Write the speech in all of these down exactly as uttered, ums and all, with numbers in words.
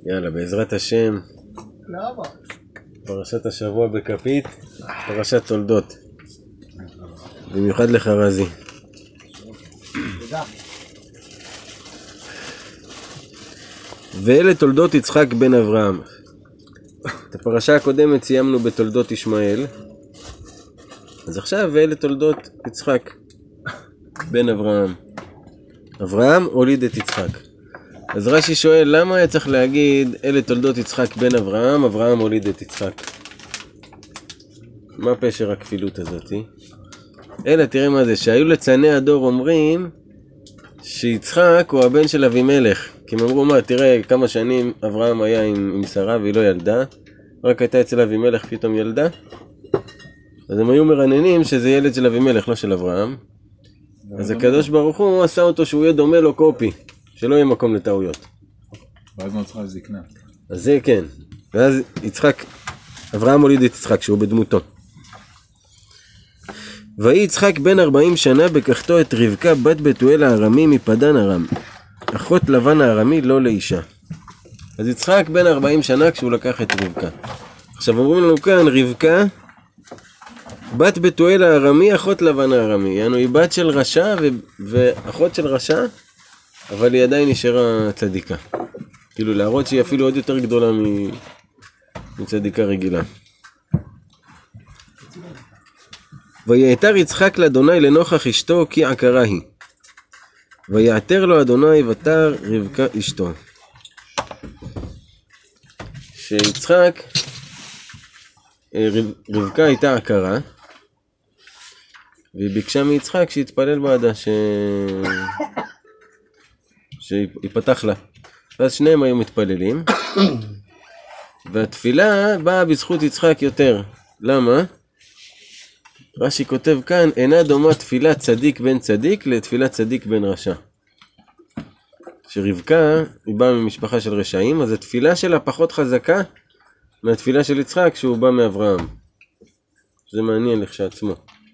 יאללה, בעזרת השם. למה? פרשת השבוע בכפית, פרשת תולדות. במיוחד לך רזי. תודה. ואלה תולדות יצחק בן אברהם. את הפרשה הקודמת סיימנו בתולדות ישמעאל. אז עכשיו ואלה תולדות יצחק בן אברהם. אברהם הוליד את יצחק. אז רש"י שואל, למה היה צריך להגיד אלה תולדות יצחק בן אברהם, אברהם הוליד את יצחק? מה פשר הכפילות הזאת? אלא תראה מה זה, שהיו לצני הדור אומרים שיצחק הוא הבן של אבימלך. כי הם אמרו, מה, תראה כמה שנים אברהם היה עם, עם שרה והיא לא ילדה, רק הייתה אצל אבימלך פתאום ילדה. אז הם היו מרננים שזה ילד של אבימלך, לא של אברהם. אז הקדוש ברוך הוא עשה אותו שהוא יהיה דומה לו קופי, שלא יהיה מקום לטעויות. ואז נוצרה זקנה. אז זה כן. ואז יצחק, אברהם הוליד את יצחק שהוא בדמותו. ויהי יצחק בן ארבעים שנה בקחתו את רבקה בת בתואל הארמי מפדן ארם, אחות לבן הארמי לא לאישה. אז יצחק בן ארבעים שנה כשהוא לקח את רבקה. עכשיו אומרים לנו כאן רבקה בת בתואל הארמי אחות לבן הארמי. יענו היא בת של רשע ו... ואחות של רשע, אבל היא עדיין נשארה צדיקה. כאילו להראות שהיא אפילו עוד יותר גדולה מ... מצדיקה רגילה. ויעתר יצחק לאדוני לנוכח אשתו כי עקרה היא. ויעתר לו אדוני ותר רבקה אשתו. שיצחק, רבקה הייתה עקרה, והיא ביקשה מיצחק שיתפלל בעדה, ש... שיפתח לה. ואז שניהם היו מתפללים, והתפילה באה בזכות יצחק יותר. למה? רש"י כותב כאן, אינה דומה תפילת צדיק בן צדיק לתפילת צדיק בן רשע. שרבקה היא באה ממשפחה של רשעים, אז התפילה שלה פחות חזקה מהתפילה של יצחק שהוא בא מאברהם. זה מעניין לכשעצמו.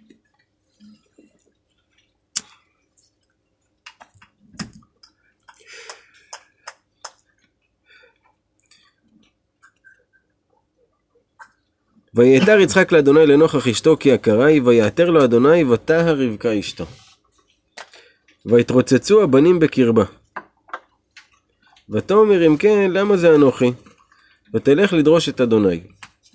ויעתר יצחק לאדוני לנוכח אשתו כי עקרה היא, ויעתר לו אדוני ותהר רבקה אשתו. ויתרוצצו הבנים בקרבה. ותאמר אם כן, למה זה אנוכי? ותלך לדרוש את אדוני.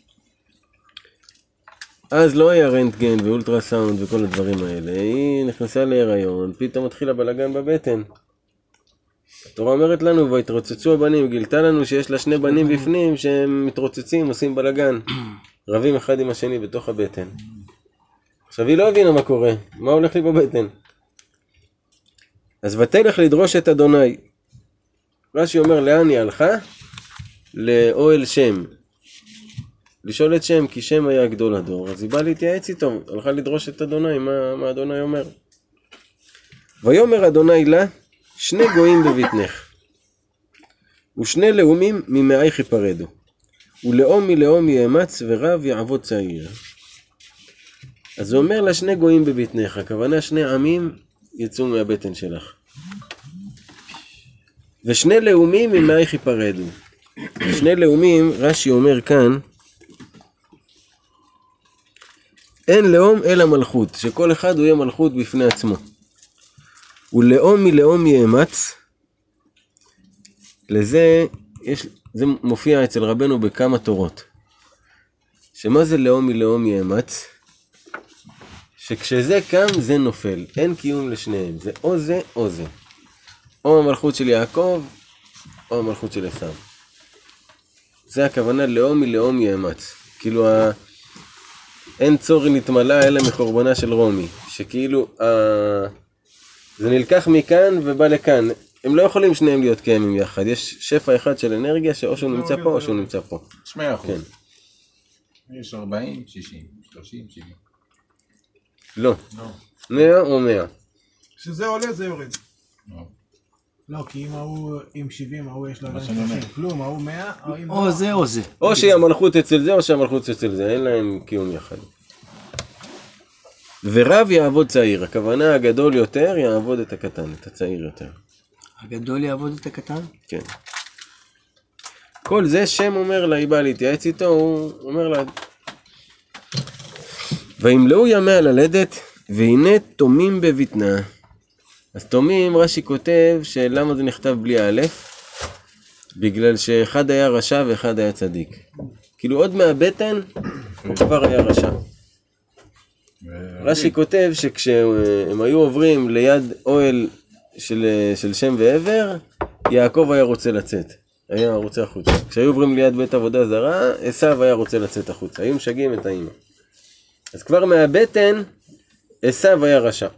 אז לא היה רנטגן ואולטרסאונד וכל הדברים האלה. היא נכנסה להיריון, פתאום התחילה בלגן בבטן. התורה אומרת לנו, ויתרוצצו הבנים, גילתה לנו שיש לה שני בנים בפנים שהם מתרוצצים, עושים בלגן. רבים אחד עם השני בתוך הבטן. עכשיו היא לא הבינה מה קורה, מה הולך לי בבטן. אז ותלך לדרוש את אדוני. רש"י אומר, לאן היא הלכה? לאוהל שם. לשאול את שם, כי שם היה גדול הדור. אז היא באה להתייעץ איתו, הלכה לדרוש את אדוני, מה, מה אדוני אומר. ויאמר אדוני לה, שני גויים בבטנך, ושני לאומים ממאייך יפרדו, ולאום מלאום יאמץ ורב יעבוד צעיר. אז הוא אומר לה, שני גויים בבטנך, הכוונה שני עמים יצאו מהבטן שלך. ושני לאומים ממאייך יפרדו. שני לאומים, רש"י אומר כאן, אין לאום אלא מלכות, שכל אחד הוא יהיה מלכות בפני עצמו. ולאום מלאום יאמץ, לזה יש, זה מופיע אצל רבנו בכמה תורות. שמה זה לאום מלאום יאמץ? שכשזה קם זה נופל, אין קיום לשניהם, זה או זה או זה. או המלכות של יעקב, או המלכות של עשיו. זה הכוונה לאום מלאום יאמץ. כאילו ה... אין צור נתמלא אלא מחורבנה של רומי. שכאילו ה... זה נלקח מכאן ובא לכאן. הם לא יכולים שניהם להיות קיימים יחד. יש שפע אחד של אנרגיה שאו שהוא נמצא פה או שהוא נמצא פה. שמע אחוז. כן. יש ארבעים, שישים, שלושים, שבעים. לא. מאה או מאה. שזה עולה זה יורד. לא. לא, כי אם ההוא עם שבעים, ההוא יש לו עדיין שלושים. כלום, ההוא מאה, או זה או זה. או שהמלכות אצל זה או שהמלכות אצל זה. אין להם קיום יחד. ורב יעבוד צעיר. הכוונה הגדול יותר יעבוד את הקטן, את הצעיר יותר. הגדול יעבוד את הקטן? כן. כל זה שם אומר לה, היא באה להתייעץ איתו, הוא אומר לה, וימלאו ימי הללדת, והנה תומים בבטנה. אז תומים, רש"י כותב שלמה זה נכתב בלי א', בגלל שאחד היה רשע ואחד היה צדיק. כאילו עוד מהבטן, הוא כבר היה רשע. רש"י כותב שכשהם היו עוברים ליד אוהל של, של שם ועבר, יעקב היה רוצה לצאת. היה רוצה החוצה. כשהיו עוברים ליד בית עבודה זרה, עשיו היה רוצה לצאת החוצה. היו משגעים את האמא. אז כבר מהבטן, עשיו היה רשע.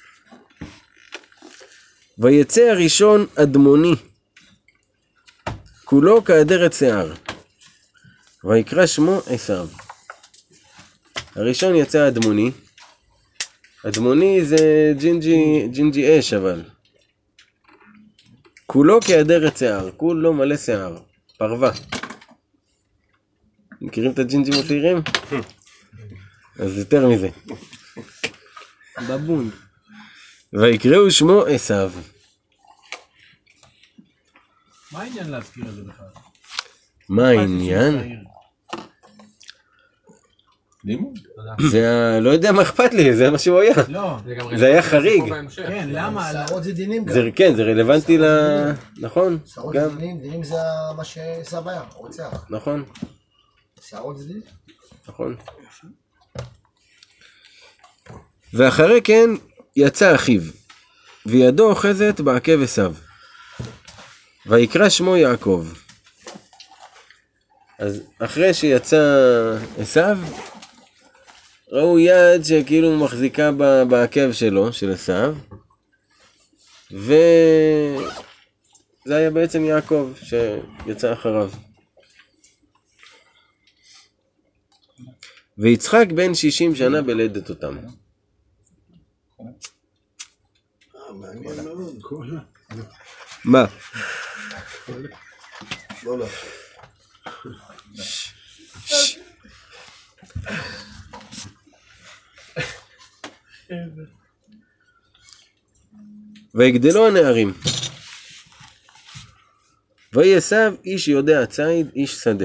ויצא הראשון אדמוני, כולו כאדרת שיער, ויקרא שמו עשיו. הראשון יצא אדמוני, אדמוני זה ג'ינג'י, ג'ינג'י אש אבל. כולו כאדרת שיער, כולו מלא שיער, פרווה. מכירים את הג'ינג'ים הצעירים? אז יותר מזה. בבון. ויקראו שמו עשיו. מה העניין להזכיר את זה בכלל? מה העניין? לימוד. זה ה... לא יודע מה אכפת לי, זה מה שהוא היה. לא. זה היה חריג. כן, למה? שערות זה דינים גם. זה, כן, זה רלוונטי ל... נכון? שערות זה גם. דינים, דינים זה מה שעשיו היה, רוצח. נכון, שערות זה דינים. נכון. ואחרי כן יצא אחיו, וידו אוחזת בעקב עשיו. ויקרא שמו יעקב. אז אחרי שיצא עשיו, ראו יד שכאילו מחזיקה בעקב שלו, של עשיו, וזה היה בעצם יעקב שיצא אחריו. ויצחק בן שישים שנה בלדת אותם. מעניין מאוד. מה? לא, לא. ויגדלו הנערים. ויהי עשיו איש יודע ציד, איש שדה.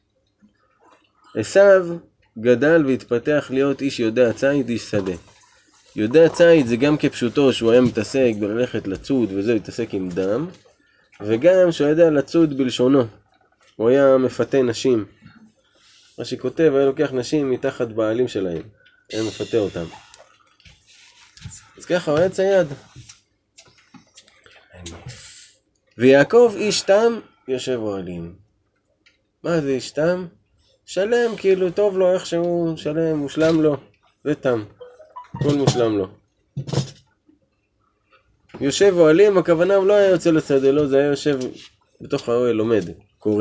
עשיו גדל והתפתח להיות איש יודע ציד, איש שדה. יודע ציד זה גם כפשוטו שהוא היה מתעסק בללכת לצוד וזה, התעסק עם דם, וגם שהוא יודע לצוד בלשונו. הוא היה מפתה נשים. מה שכותב, היה לוקח נשים מתחת בעלים שלהם. היה מפתה אותם. אז ככה הוא היה צייד. ויעקב איש תם יושב אוהלים. מה זה איש תם? שלם, כאילו טוב לו איכשהו, שלם, מושלם לו. זה תם. כל מושלם לו. יושב אוהלים, הכוונה הוא לא היה יוצא לשדה, לא, זה היה יושב בתוך האוהל, לומד, קורא.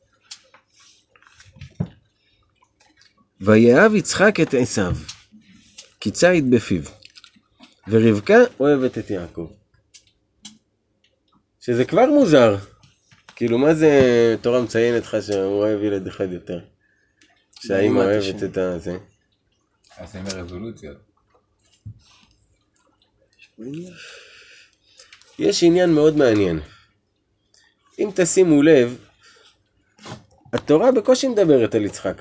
ויאהב יצחק את עשיו, כי ציד בפיו, ורבקה אוהבת את יעקב. שזה כבר מוזר. כאילו, מה זה תורה מציינת לך שהוא אוהב ילד אחד יותר? שהאמא אוהבת את הזה. אז עם הרזולוציות. יש עניין מאוד מעניין. אם תשימו לב, התורה בקושי מדברת על יצחק.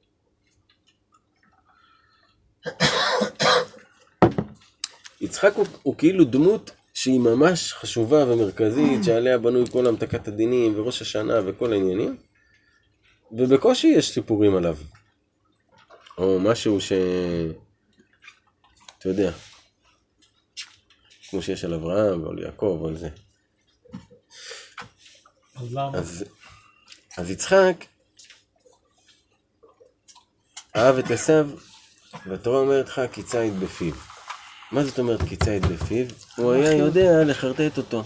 יצחק הוא, הוא כאילו דמות שהיא ממש חשובה ומרכזית, שעליה בנוי כל המתקת הדינים וראש השנה וכל העניינים, ובקושי יש סיפורים עליו. או משהו ש... אתה יודע, כמו שיש על אברהם ועל יעקב ועל זה. אז למה? אז, אז יצחק אהב את עשיו, והתורה אומרת לך כי ציד בפיו. מה זאת אומרת כי ציד בפיו? הוא היה יודע לחרטט אותו.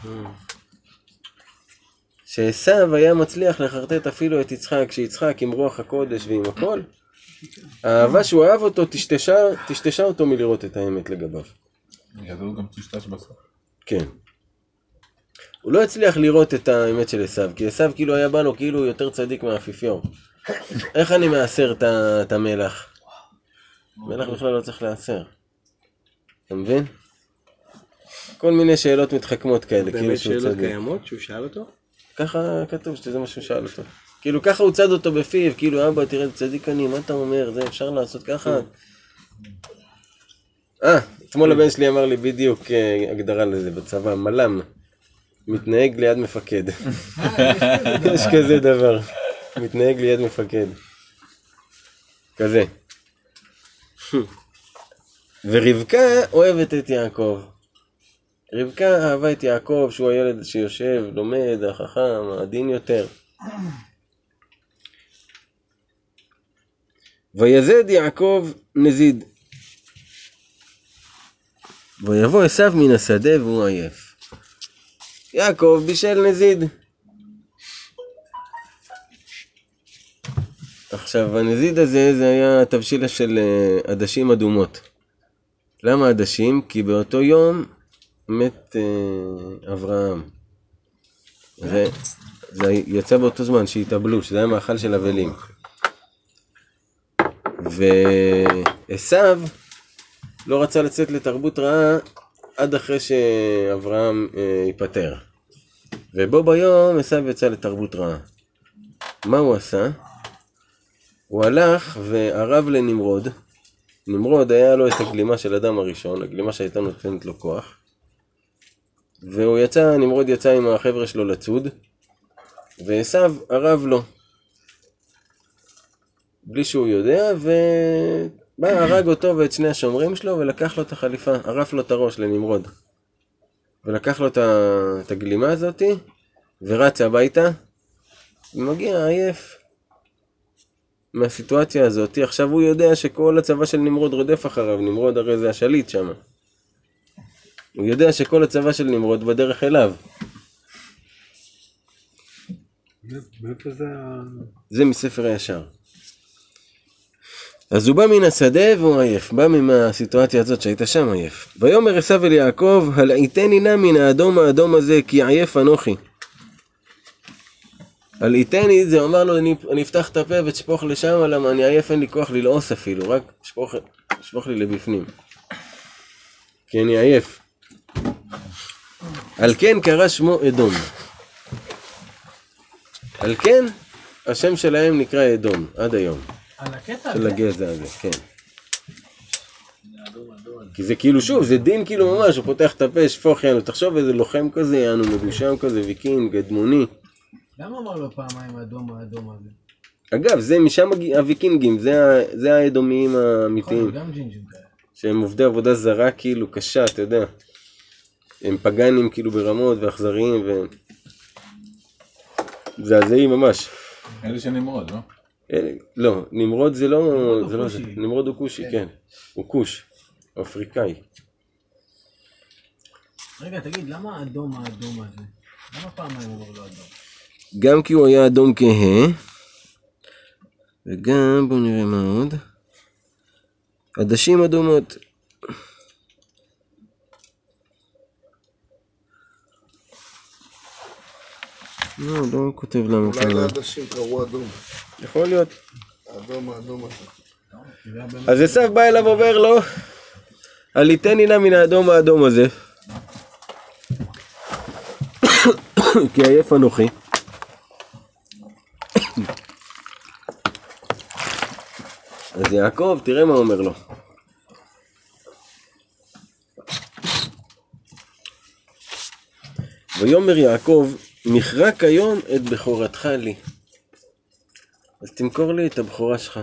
שעשיו היה מצליח לחרטט אפילו את יצחק, שיצחק עם רוח הקודש ועם הכל, האהבה שהוא אהב אותו תשתשה, תשתשה אותו מלראות את האמת לגביו. ידעו גם תשתש בסוף. כן. הוא לא הצליח לראות את האמת של עשיו, כי עשיו כאילו היה בא לו כאילו יותר צדיק מהאפיפיור. איך אני מאסר את המלח? מלח בכלל לא צריך לאסר. אתה מבין? כל מיני שאלות מתחכמות כאלה. באמת שאלות קיימות שהוא שאל אותו? ככה כתוב שזה מה שהוא שאל אותו. כאילו ככה הוא צד אותו בפיו, כאילו אבא תראה צדיק אני, מה אתה אומר, זה אפשר לעשות ככה? אה, אתמול הבן שלי אמר לי בדיוק הגדרה לזה בצבא, מלם, מתנהג ליד מפקד. יש כזה דבר, מתנהג ליד מפקד. כזה. ורבקה אוהבת את יעקב. רבקה אהבה את יעקב, שהוא הילד שיושב, לומד, החכם, העדין יותר. ויזד יעקב נזיד. ויבוא עשיו מן השדה והוא עייף. יעקב בישל נזיד. עכשיו הנזיד הזה זה היה תבשיל של עדשים אדומות. למה עדשים? כי באותו יום מת אה, אברהם. זה, זה יצא באותו זמן שהתאבלו, שזה היה מאכל של אבלים. ועשיו לא רצה לצאת לתרבות רעה עד אחרי שאברהם אה, ייפטר. ובו ביום עשיו יצא לתרבות רעה. מה הוא עשה? הוא הלך וערב לנמרוד. נמרוד היה לו את הגלימה של אדם הראשון, הגלימה שהייתה נותנת לו כוח. והוא יצא, נמרוד יצא עם החבר'ה שלו לצוד, ועשיו ערב לו. בלי שהוא יודע, ובא, הרג אותו ואת שני השומרים שלו, ולקח לו את החליפה, ערף לו את הראש לנמרוד. ולקח לו את הגלימה הזאת, ורץ הביתה, ומגיע עייף מהסיטואציה הזאת. עכשיו הוא יודע שכל הצבא של נמרוד רודף אחריו, נמרוד הרי זה השליט שם. הוא יודע שכל הצבא של נמרוד בדרך אליו. מאיפה זה? זה מספר הישר. אז הוא בא מן השדה והוא עייף, בא מהסיטואציה הזאת שהייתה שם עייף. ויאמר עשיו אל יעקב, הלעיתני נא מן האדום האדום הזה, כי עייף אנוכי. הלעיתני זה אומר לו, אני, אני אפתח את הפה ותשפוך לשם, למה אני עייף, אין לי כוח ללעוס אפילו, רק שפוך, שפוך לי לבפנים. כי אני עייף. על כן קרא שמו אדום. על כן, השם שלהם נקרא אדום, עד היום. על הקטע של הגזע הזה, כן. כי זה כאילו, שוב, זה דין כאילו ממש, הוא פותח את הפה, שפוך יענו, תחשוב איזה לוחם כזה, יענו מגושם כזה, ויקינג, אדמוני. למה אמר לו פעמיים האדום האדום הזה? אגב, זה משם הוויקינגים, זה, זה האדומיים האמיתיים. גם ג'ינג'ים כאלה. שהם עובדי עבודה זרה כאילו קשה, אתה יודע. הם פגנים כאילו ברמות ואכזריים ו... זעזעים ממש. אלה של נמרוד, לא? אלה, לא, נמרוד זה לא... נמרוד זה הוא לא כושי. זה. נמרוד הוא כושי, כן. הוא כוש. אפריקאי. רגע, תגיד, למה האדום האדום הזה? למה פעמיים אמר לו אדום? גם כי הוא היה אדום כהה, וגם, בואו נראה מה עוד. עדשים אדומות. לא, לא כותב למה אולי כמה. לעדשים קראו אדום. יכול להיות. האדום האדום הזה. אז עשיו בא אליו ואומר לו, הליטני נא מן האדום האדום הזה, כי עייף אנוכי. אז יעקב, תראה מה אומר לו. ויאמר יעקב, מכרק היום את בכורתך לי. אז תמכור לי את הבכורה שלך.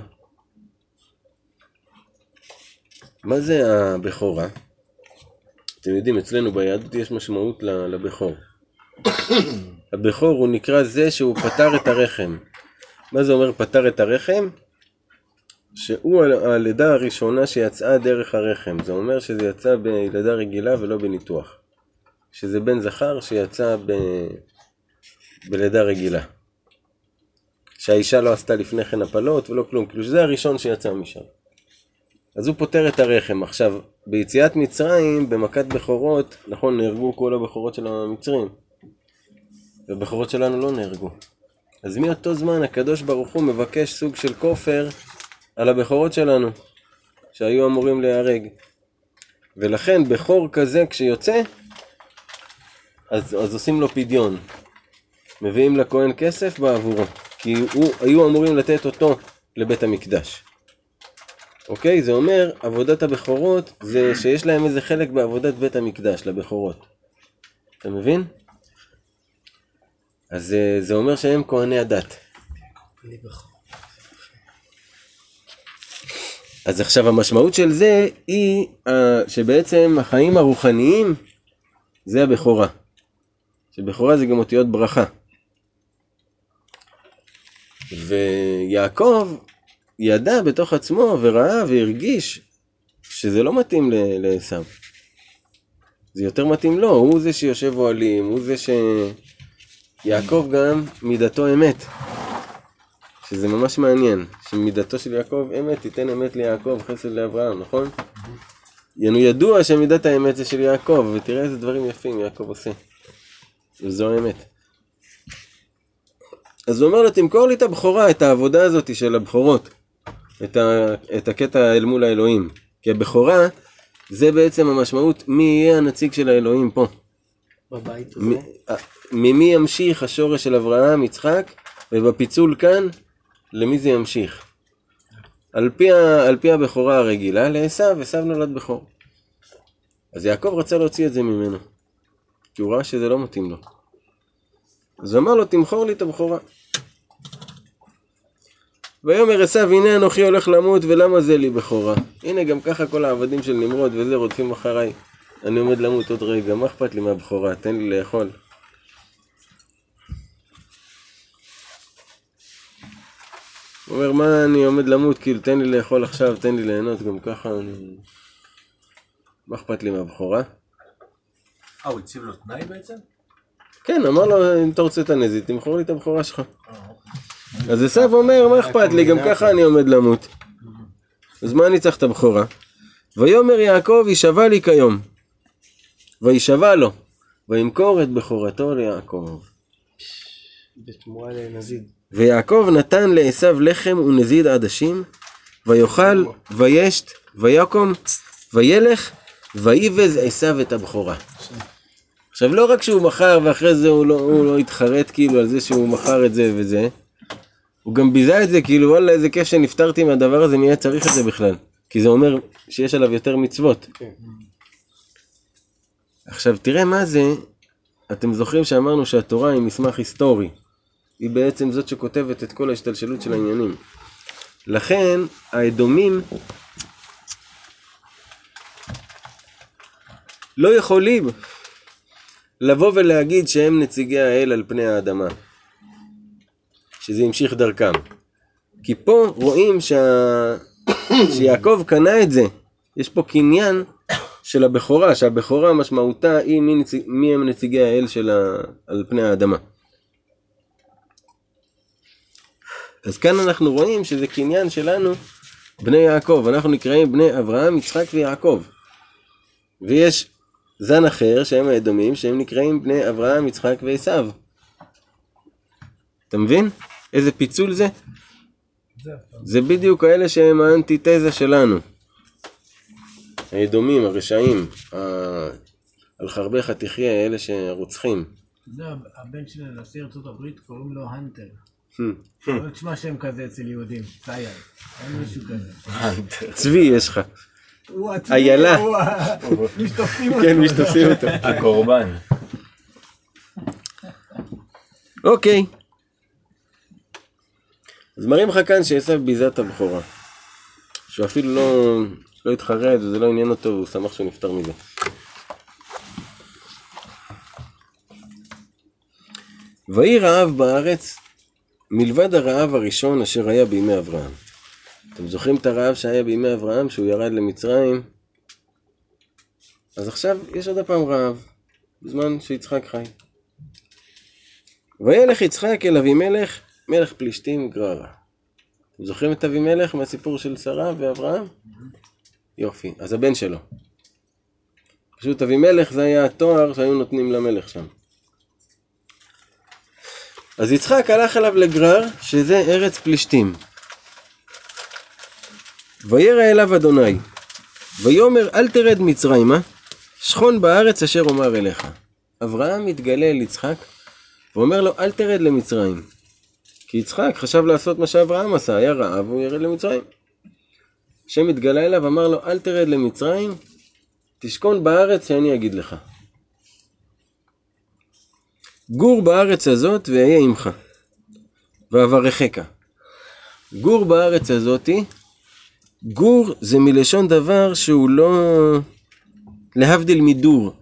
מה זה הבכורה? אתם יודעים, אצלנו ביהדות יש משמעות לבכור. הבכור הוא נקרא זה שהוא פתר את הרחם. מה זה אומר פתר את הרחם? שהוא הלידה הראשונה שיצאה דרך הרחם. זה אומר שזה יצא בלידה רגילה ולא בניתוח. שזה בן זכר שיצא ב... בלידה רגילה. שהאישה לא עשתה לפני כן הפלות ולא כלום. כאילו שזה הראשון שיצא משם. אז הוא פותר את הרחם. עכשיו, ביציאת מצרים, במכת בכורות, נכון, נהרגו כל הבכורות של המצרים. ובכורות שלנו לא נהרגו. אז מאותו זמן הקדוש ברוך הוא מבקש סוג של כופר על הבכורות שלנו, שהיו אמורים להיהרג. ולכן בכור כזה כשיוצא, אז, אז עושים לו פדיון. מביאים לכהן כסף בעבורו, כי הוא, היו אמורים לתת אותו לבית המקדש. אוקיי? זה אומר, עבודת הבכורות זה שיש להם איזה חלק בעבודת בית המקדש, לבכורות. אתה מבין? אז זה, זה אומר שהם כהני הדת. אז עכשיו המשמעות של זה היא שבעצם החיים הרוחניים זה הבכורה. שבכורה זה גם אותיות ברכה. ויעקב ידע בתוך עצמו וראה והרגיש שזה לא מתאים לעשיו. זה יותר מתאים לו, הוא זה שיושב אוהלים, הוא זה ש... יעקב גם מידתו אמת. שזה ממש מעניין, שמידתו של יעקב אמת, תיתן אמת ליעקב, חסד לאברהם, נכון? ינו ידוע שמידת האמת זה של יעקב, ותראה איזה דברים יפים יעקב עושה. וזו האמת. אז הוא אומר לו, תמכור לי את הבכורה, את העבודה הזאת של הבכורות. את, ה, את הקטע אל מול האלוהים. כי הבכורה, זה בעצם המשמעות, מי יהיה הנציג של האלוהים פה. בבית הזה. ממי ימשיך השורש של אברהם, יצחק, ובפיצול כאן, למי זה ימשיך? על פי, ה, על פי הבכורה הרגילה, לעשיו, עשיו נולד בכור. אז יעקב רצה להוציא את זה ממנו. כי הוא ראה שזה לא מתאים לו. אז הוא אמר לו, תמכור לי את הבכורה. ויאמר עשיו, הנה אנוכי הולך למות, ולמה זה לי בכורה? הנה גם ככה כל העבדים של נמרוד וזה רודפים אחריי. אני עומד למות עוד רגע, מה אכפת לי מהבכורה? תן לי לאכול. הוא אומר, מה אני עומד למות? כאילו, תן לי לאכול עכשיו, תן לי ליהנות, גם ככה אני... מה אכפת לי מהבכורה? אה, הוא הציב לו תנאי בעצם? כן, אמר לו, אם אתה רוצה את הנזית, תמכור לי את הבכורה שלך. אז עשיו אומר, מה אכפת לי? גם ככה אני עומד למות. אז מה אני צריך את הבכורה? ויאמר יעקב, יישבע לי כיום. וישבע לו, וימכור את בכורתו ליעקב. בתמורה לנזיד. ויעקב נתן לעשיו לחם ונזיד עדשים, ויאכל, וישת, ויקום, וילך, ויבז עשיו את הבכורה. עכשיו לא רק שהוא מכר ואחרי זה הוא לא, הוא לא התחרט כאילו על זה שהוא מכר את זה וזה, הוא גם ביזה את זה כאילו וואלה איזה כיף שנפטרתי מהדבר הזה, מי היה צריך את זה בכלל? כי זה אומר שיש עליו יותר מצוות. כן. עכשיו תראה מה זה, אתם זוכרים שאמרנו שהתורה היא מסמך היסטורי, היא בעצם זאת שכותבת את כל ההשתלשלות של העניינים. לכן האדומים לא יכולים לבוא ולהגיד שהם נציגי האל על פני האדמה, שזה ימשיך דרכם. כי פה רואים שה... שיעקב קנה את זה, יש פה קניין של הבכורה, שהבכורה משמעותה היא מי, נציג... מי הם נציגי האל של ה... על פני האדמה. אז כאן אנחנו רואים שזה קניין שלנו, בני יעקב, אנחנו נקראים בני אברהם, יצחק ויעקב. ויש זן אחר שהם האדומים, שהם נקראים בני אברהם, יצחק ועשיו. אתה מבין? איזה פיצול זה? זה בדיוק האלה שהם האנטיתזה שלנו. האדומים, הרשעים, על חרבך תחיה, אלה שרוצחים. זה הבן של נשיא ארצות הברית, קוראים לו הנטר. לא תשמע שם כזה אצל יהודים, צייר. אין מישהו כזה. צבי יש לך. הוא עצמי, איילה. הוא משתופסים אותו. כן, משתופסים אותו. הקורבן. אוקיי. אז מראים לך כאן שעשיו ביזה את הבכורה. שהוא אפילו לא, לא התחרט וזה לא עניין אותו והוא שמח שהוא נפטר מזה. ויהי רעב בארץ מלבד הרעב הראשון אשר היה בימי אברהם. אתם זוכרים את הרעב שהיה בימי אברהם שהוא ירד למצרים? אז עכשיו יש עוד הפעם רעב, בזמן שיצחק חי. וילך יצחק אל אבימלך מלך פלישתים גררה. אתם זוכרים את אבימלך מהסיפור של שרה ואברהם? יופי, אז הבן שלו. פשוט אבימלך זה היה התואר שהיו נותנים למלך שם. אז יצחק הלך אליו לגרר, שזה ארץ פלישתים. וירא אליו אדוני, ויאמר אל תרד מצרימה, שכון בארץ אשר אומר אליך. אברהם מתגלה אל יצחק, ואומר לו, אל תרד למצרים. כי יצחק חשב לעשות מה שאברהם עשה, היה רעב, והוא ירד למצרים. השם התגלה אליו, אמר לו, אל תרד למצרים, תשכון בארץ שאני אגיד לך. גור בארץ הזאת ואהיה עמך, ואברכך. גור בארץ הזאתי, גור זה מלשון דבר שהוא לא, להבדיל מדור.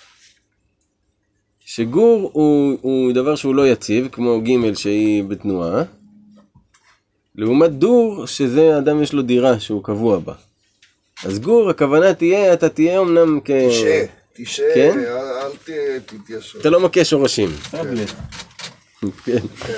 שגור הוא, הוא דבר שהוא לא יציב, כמו ג' שהיא בתנועה. לעומת דור, שזה אדם יש לו דירה שהוא קבוע בה. אז גור, הכוונה תהיה, אתה תהיה אמנם כ... תשעה, תשעה, כן? אל ת- תתיישר. אתה לא מכה שורשים. טאבלט. כן. כן.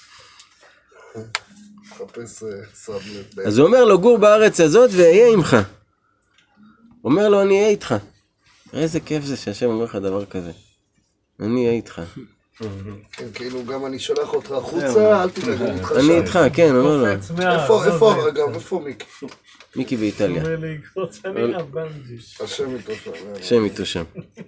חפש אה, סבלט. אז הוא אומר לו, גור בארץ הזאת ואהיה עמך. אומר לו, אני אהיה איתך. תראה איזה כיף זה שהשם אומר לך דבר כזה. אני אהיה איתך. כן, כאילו גם אני שולח אותך החוצה, אל תדאג, אני איתך אני שם. איתך, כן, אומר לו. קופץ מה... איפה, לא, איפה, זה- רגע, איפה מיקי? מיקי באיטליה. אומר לי, קופץ אני הבנג'יש. השם איתו שם. השם איתו שם.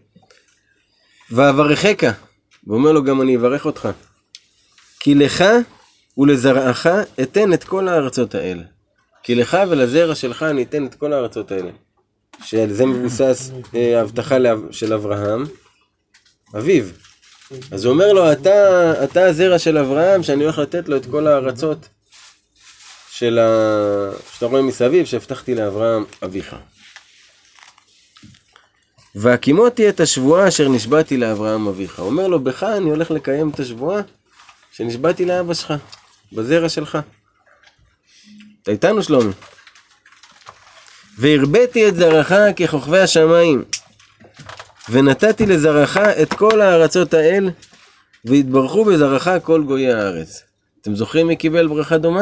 ואברכך. ואומר לו, גם אני אברך אותך. כי לך ולזרעך אתן את כל הארצות האלה. כי לך ולזרע שלך אני אתן את כל הארצות האלה. שעל זה מבוסס אה, ההבטחה לאב- של אברהם, אביו. אז הוא אומר לו, אתה, אתה הזרע של אברהם, שאני הולך לתת לו את כל הארצות של ה... שאתה רואה מסביב, שהבטחתי לאברהם אביך. והקימותי את השבועה אשר נשבעתי לאברהם אביך. הוא אומר לו, בך אני הולך לקיים את השבועה שנשבעתי לאבא שלך, בזרע שלך. אתה איתנו שלומי? והרביתי את זרעך ככוכבי השמיים, ונתתי לזרעך את כל הארצות האל, והתברכו בזרעך כל גויי הארץ. אתם זוכרים מי קיבל ברכה דומה?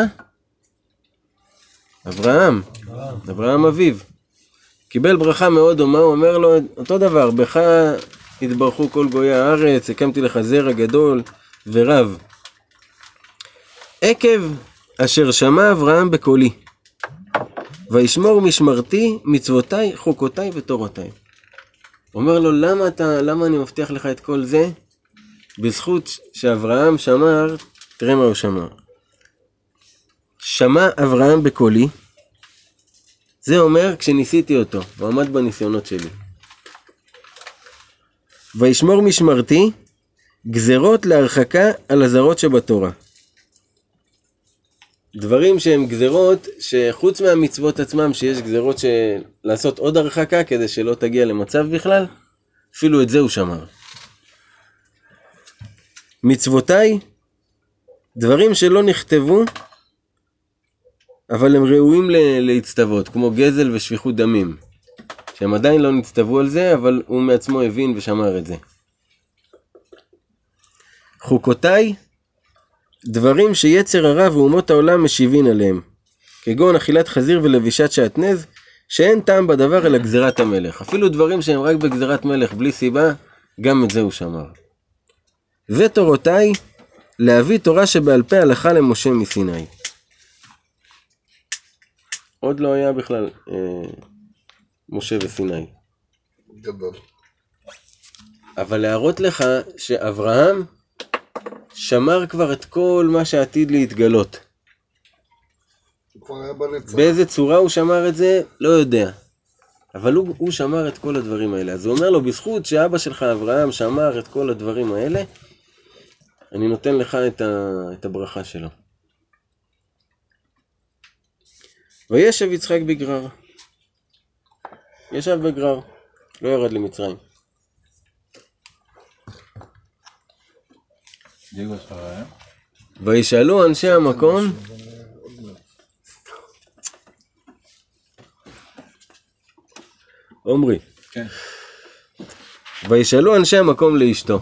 אברהם, אברהם אביו. קיבל ברכה מאוד דומה, הוא אומר לו, אותו דבר, בך התברכו כל גויי הארץ, הקמתי לך זרע גדול ורב. עקב אשר שמע אברהם בקולי, וישמור משמרתי, מצוותיי, חוקותיי ותורותיי. אומר לו, למה אתה, למה אני מבטיח לך את כל זה? בזכות שאברהם שמר, תראה מה הוא שמר. שמע אברהם בקולי, זה אומר כשניסיתי אותו, הוא עמד בניסיונות שלי. וישמור משמרתי, גזרות להרחקה על הזרות שבתורה. דברים שהם גזרות, שחוץ מהמצוות עצמם, שיש גזרות של לעשות עוד הרחקה, כדי שלא תגיע למצב בכלל, אפילו את זה הוא שמר. מצוותיי, דברים שלא נכתבו, אבל הם ראויים להצטוות, כמו גזל ושפיכות דמים. שהם עדיין לא נצטוו על זה, אבל הוא מעצמו הבין ושמר את זה. חוקותיי, דברים שיצר הרע ואומות העולם משיבין עליהם, כגון אכילת חזיר ולבישת שעטנז, שאין טעם בדבר אלא גזירת המלך. אפילו דברים שהם רק בגזירת מלך בלי סיבה, גם את זה הוא שמר. ותורותיי, להביא תורה שבעל פה הלכה למשה מסיני. עוד לא היה בכלל אה, משה וסיני. גדול. אבל להראות לך שאברהם שמר כבר את כל מה שעתיד להתגלות. הוא כבר היה בנצח. באיזה צורה הוא שמר את זה? לא יודע. אבל הוא, הוא שמר את כל הדברים האלה. אז הוא אומר לו, בזכות שאבא שלך אברהם שמר את כל הדברים האלה, אני נותן לך את, ה, את הברכה שלו. וישב יצחק בגרר. ישב בגרר, לא ירד למצרים. דיגו שלך רעיון? וישאלו אנשי המקום, עומרי, כן. וישאלו אנשי המקום לאשתו.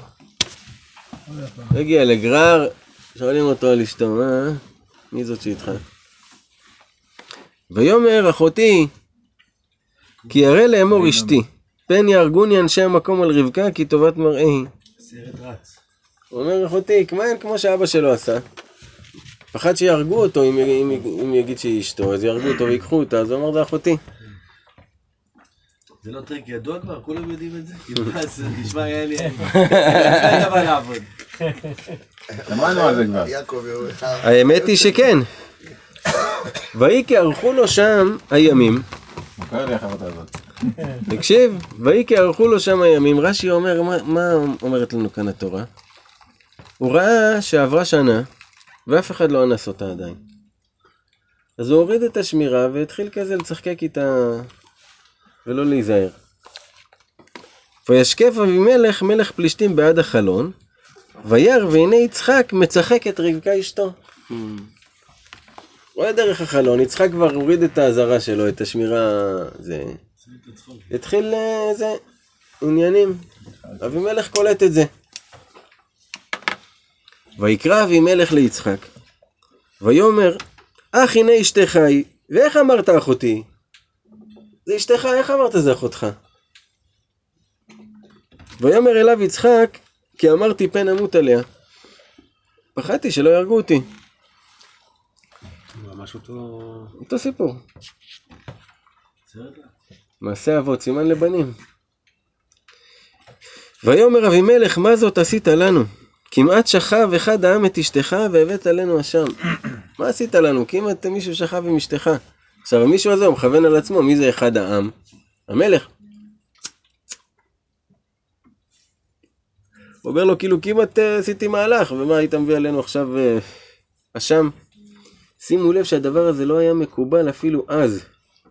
הגיע לגרר, שואלים אותו על אשתו, מה? מי זאת שאיתך? ויאמר אחותי, כי ירא לאמור אשתי, פן יהרגוני אנשי המקום על רבקה, כי טובת מראה היא. סרט רץ. הוא אומר אחותי, כמען כמו שאבא שלו עשה. פחד שיהרגו אותו אם, אם, אם יגיד שהיא אשתו, אז יהרגו אותו ויקחו אותה, אז הוא אומר זה אחותי. זה לא טריק ידוע כבר? כולם יודעים את זה? כאילו, אז נשמע היה לי... אין דבר לעבוד. שמענו על זה כבר. יעקב, האמת היא שכן. ויהי כי ערכו לו שם הימים. מוכר לי החברות הזאת. תקשיב, ויהי כי ערכו לו שם הימים. רש"י אומר, מה, מה אומרת לנו כאן התורה? הוא ראה שעברה שנה, ואף אחד לא אנס אותה עדיין. אז הוא הוריד את השמירה והתחיל כזה לצחקק איתה ולא להיזהר. וישקף אבימלך מלך פלישתים בעד החלון, וירא והנה יצחק מצחק את רבקה אשתו. רואה דרך החלון, יצחק כבר הוריד את האזהרה שלו, את השמירה, זה... התחיל זה, עניינים. אבימלך קולט את זה. ויקרא אבימלך ליצחק, ויאמר, אך הנה אשתך היא, ואיך אמרת אחותי? זה אשתך, איך אמרת זה אחותך? ויאמר אליו יצחק, כי אמרתי פן אמות עליה. פחדתי שלא יהרגו אותי. ממש אותו... אותו סיפור. מעשה אבות, סימן לבנים. ויאמר אבימלך, מה זאת עשית לנו? כמעט שכב אחד העם את אשתך והבאת עלינו אשם. מה עשית לנו? כמעט מישהו שכב עם אשתך. עכשיו המישהו הזה הוא מכוון על עצמו, מי זה אחד העם? המלך. הוא אומר לו, כאילו כמעט עשיתי מהלך, ומה היית מביא עלינו עכשיו אשם? שימו לב שהדבר הזה לא היה מקובל אפילו אז.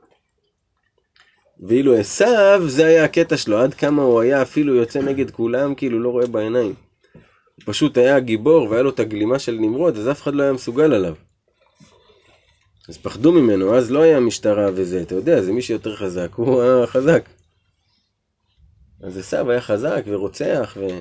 ואילו עשיו, זה היה הקטע שלו, עד כמה הוא היה אפילו יוצא נגד כולם, כאילו לא רואה בעיניים. הוא פשוט היה גיבור, והיה לו את הגלימה של נמרוד, אז אף אחד לא היה מסוגל עליו. אז פחדו ממנו, אז לא היה משטרה וזה, אתה יודע, זה מי שיותר חזק, הוא היה חזק. אז עשיו היה חזק ורוצח ו...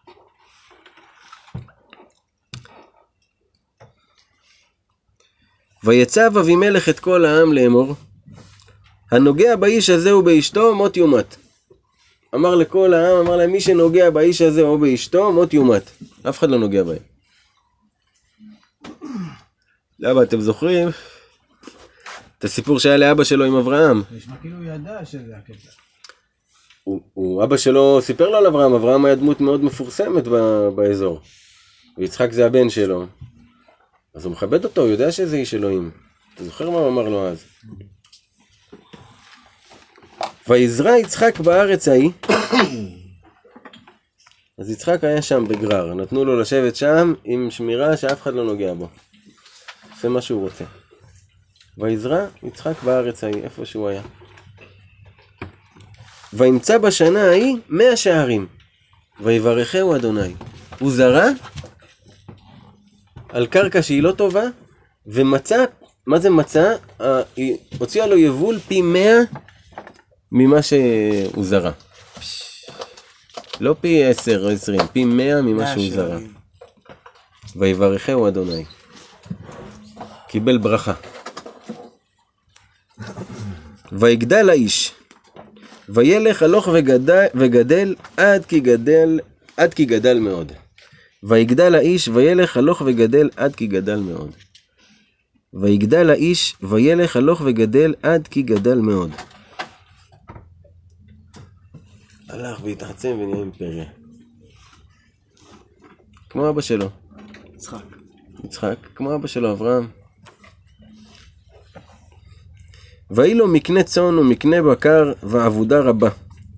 ויצב אבימלך את כל העם לאמור, הנוגע באיש הזה ובאשתו מות יומת. אמר לכל העם, אמר להם, מי שנוגע באיש הזה או באשתו מות יומת. אף אחד לא נוגע בהם. למה אתם זוכרים את הסיפור שהיה לאבא שלו עם אברהם? נשמע כאילו הוא ידע שזה הקטע. הוא, הוא, אבא שלו סיפר לו על אברהם, אברהם היה דמות מאוד מפורסמת ב, באזור. ויצחק זה הבן שלו. אז הוא מכבד אותו, הוא יודע שזה איש אלוהים. אתה זוכר מה הוא אמר לו אז? ויזרע יצחק בארץ ההיא. אז יצחק היה שם בגרר, נתנו לו לשבת שם עם שמירה שאף אחד לא נוגע בו. עושה מה שהוא רוצה. ויזרע יצחק בארץ ההיא, איפה שהוא היה. וימצא בשנה ההיא מאה שערים. ויברכהו אדוני. הוא זרע על קרקע שהיא לא טובה, ומצא, מה זה מצא? היא הוציאה לו יבול פי מאה ממה שהוא זרע. לא פי עשר או עשרים, פי מאה ממה שהוא זרע. ויברכהו אדוני. קיבל ברכה. ויגדל האיש. וילך הלוך וגדל, וגדל עד כי גדל, עד כי גדל מאוד. ויגדל האיש וילך הלוך וגדל עד כי גדל מאוד. ויגדל האיש וילך הלוך וגדל עד כי גדל מאוד. הלך והתעצם ונהיה אימפריה. כמו אבא שלו. יצחק. יצחק, כמו אבא שלו, אברהם. ויהי לו מקנה צאן ומקנה בקר ועבודה רבה.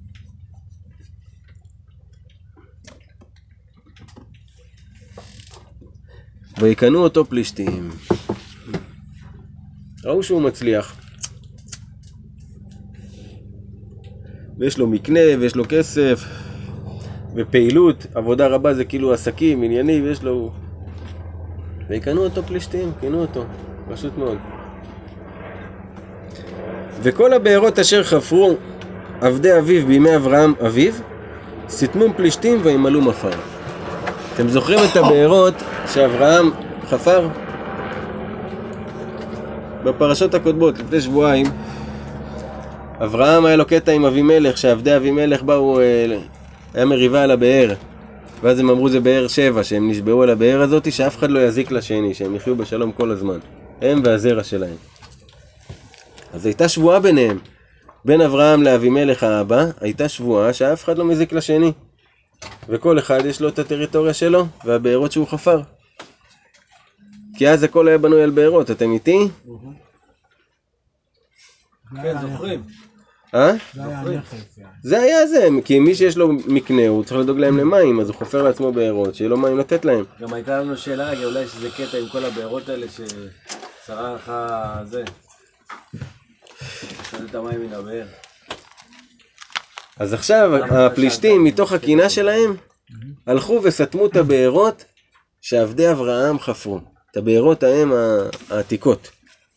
ויקנו אותו פלישתים. ראו שהוא מצליח. ויש לו מקנה ויש לו כסף ופעילות, עבודה רבה זה כאילו עסקים, ענייני, ויש לו... ויקנו אותו פלישתים, קנו אותו, פשוט מאוד. וכל הבארות אשר חפרו עבדי אביו בימי אברהם אביו, סתמום פלישתים וימלאו מפר. אתם זוכרים את הבארות שאברהם חפר? בפרשות הקודמות, לפני שבועיים, אברהם היה לו קטע עם אבימלך, שעבדי אבימלך באו, היה מריבה על הבאר, ואז הם אמרו זה באר שבע, שהם נשבעו על הבאר הזאת, שאף אחד לא יזיק לשני, שהם יחיו בשלום כל הזמן, הם והזרע שלהם. אז הייתה שבועה ביניהם, בין אברהם לאבימלך האבא, הייתה שבועה שאף אחד לא מזיק לשני. וכל אחד יש לו את הטריטוריה שלו, והבארות שהוא חפר. כי אז הכל היה בנוי על בארות, אתם איתי? כן, זוכרים. אה? זה היה הנכס, יעני. זה היה זה, כי מי שיש לו מקנה, הוא צריך לדאוג להם למים, אז הוא חופר לעצמו בארות, שיהיה לו מים לתת להם. גם הייתה לנו שאלה, רגע, אולי שזה קטע עם כל הבארות האלה ששרה לך זה. שואל את המים מן הבאר. אז עכשיו הפלישתים מתוך הקינה שלהם הלכו וסתמו את הבארות שעבדי אברהם חפרו, את הבארות ההם העתיקות.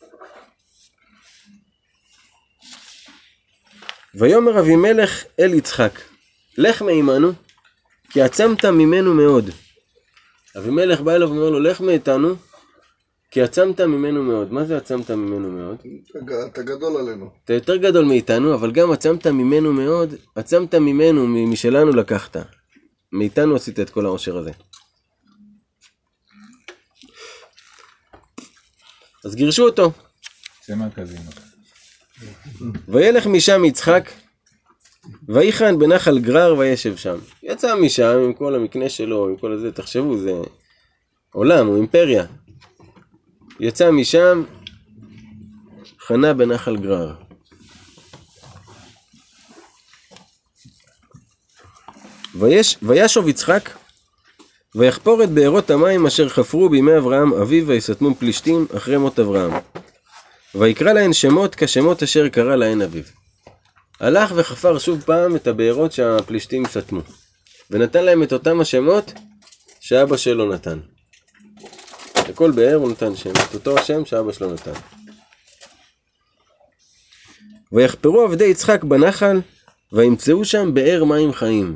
ויאמר אבימלך אל יצחק, לך מעמנו כי עצמת ממנו מאוד. אבימלך בא אליו ואומר לו, לך מאיתנו כי עצמת ממנו מאוד. מה זה עצמת ממנו מאוד? אתה גדול עלינו. אתה יותר גדול מאיתנו, אבל גם עצמת ממנו מאוד. עצמת ממנו, משלנו לקחת. מאיתנו עשית את כל העושר הזה. אז גירשו אותו. זה מהקזינו. וילך משם יצחק, ויחן בנחל גרר וישב שם. יצא משם עם כל המקנה שלו, עם כל הזה, תחשבו, זה עולם, הוא אימפריה. יצא משם, חנה בנחל גרר. ויש, וישוב יצחק, ויחפור את בארות המים אשר חפרו בימי אברהם אביו, ויסתמו פלישתים אחרי מות אברהם. ויקרא להן שמות כשמות אשר קרא להן אביו. הלך וחפר שוב פעם את הבארות שהפלישתים סתמו, ונתן להם את אותם השמות שאבא שלו נתן. לכל באר הוא נתן שם, את אותו השם שאבא שלו נתן. ויחפרו עבדי יצחק בנחל, וימצאו שם באר מים חיים,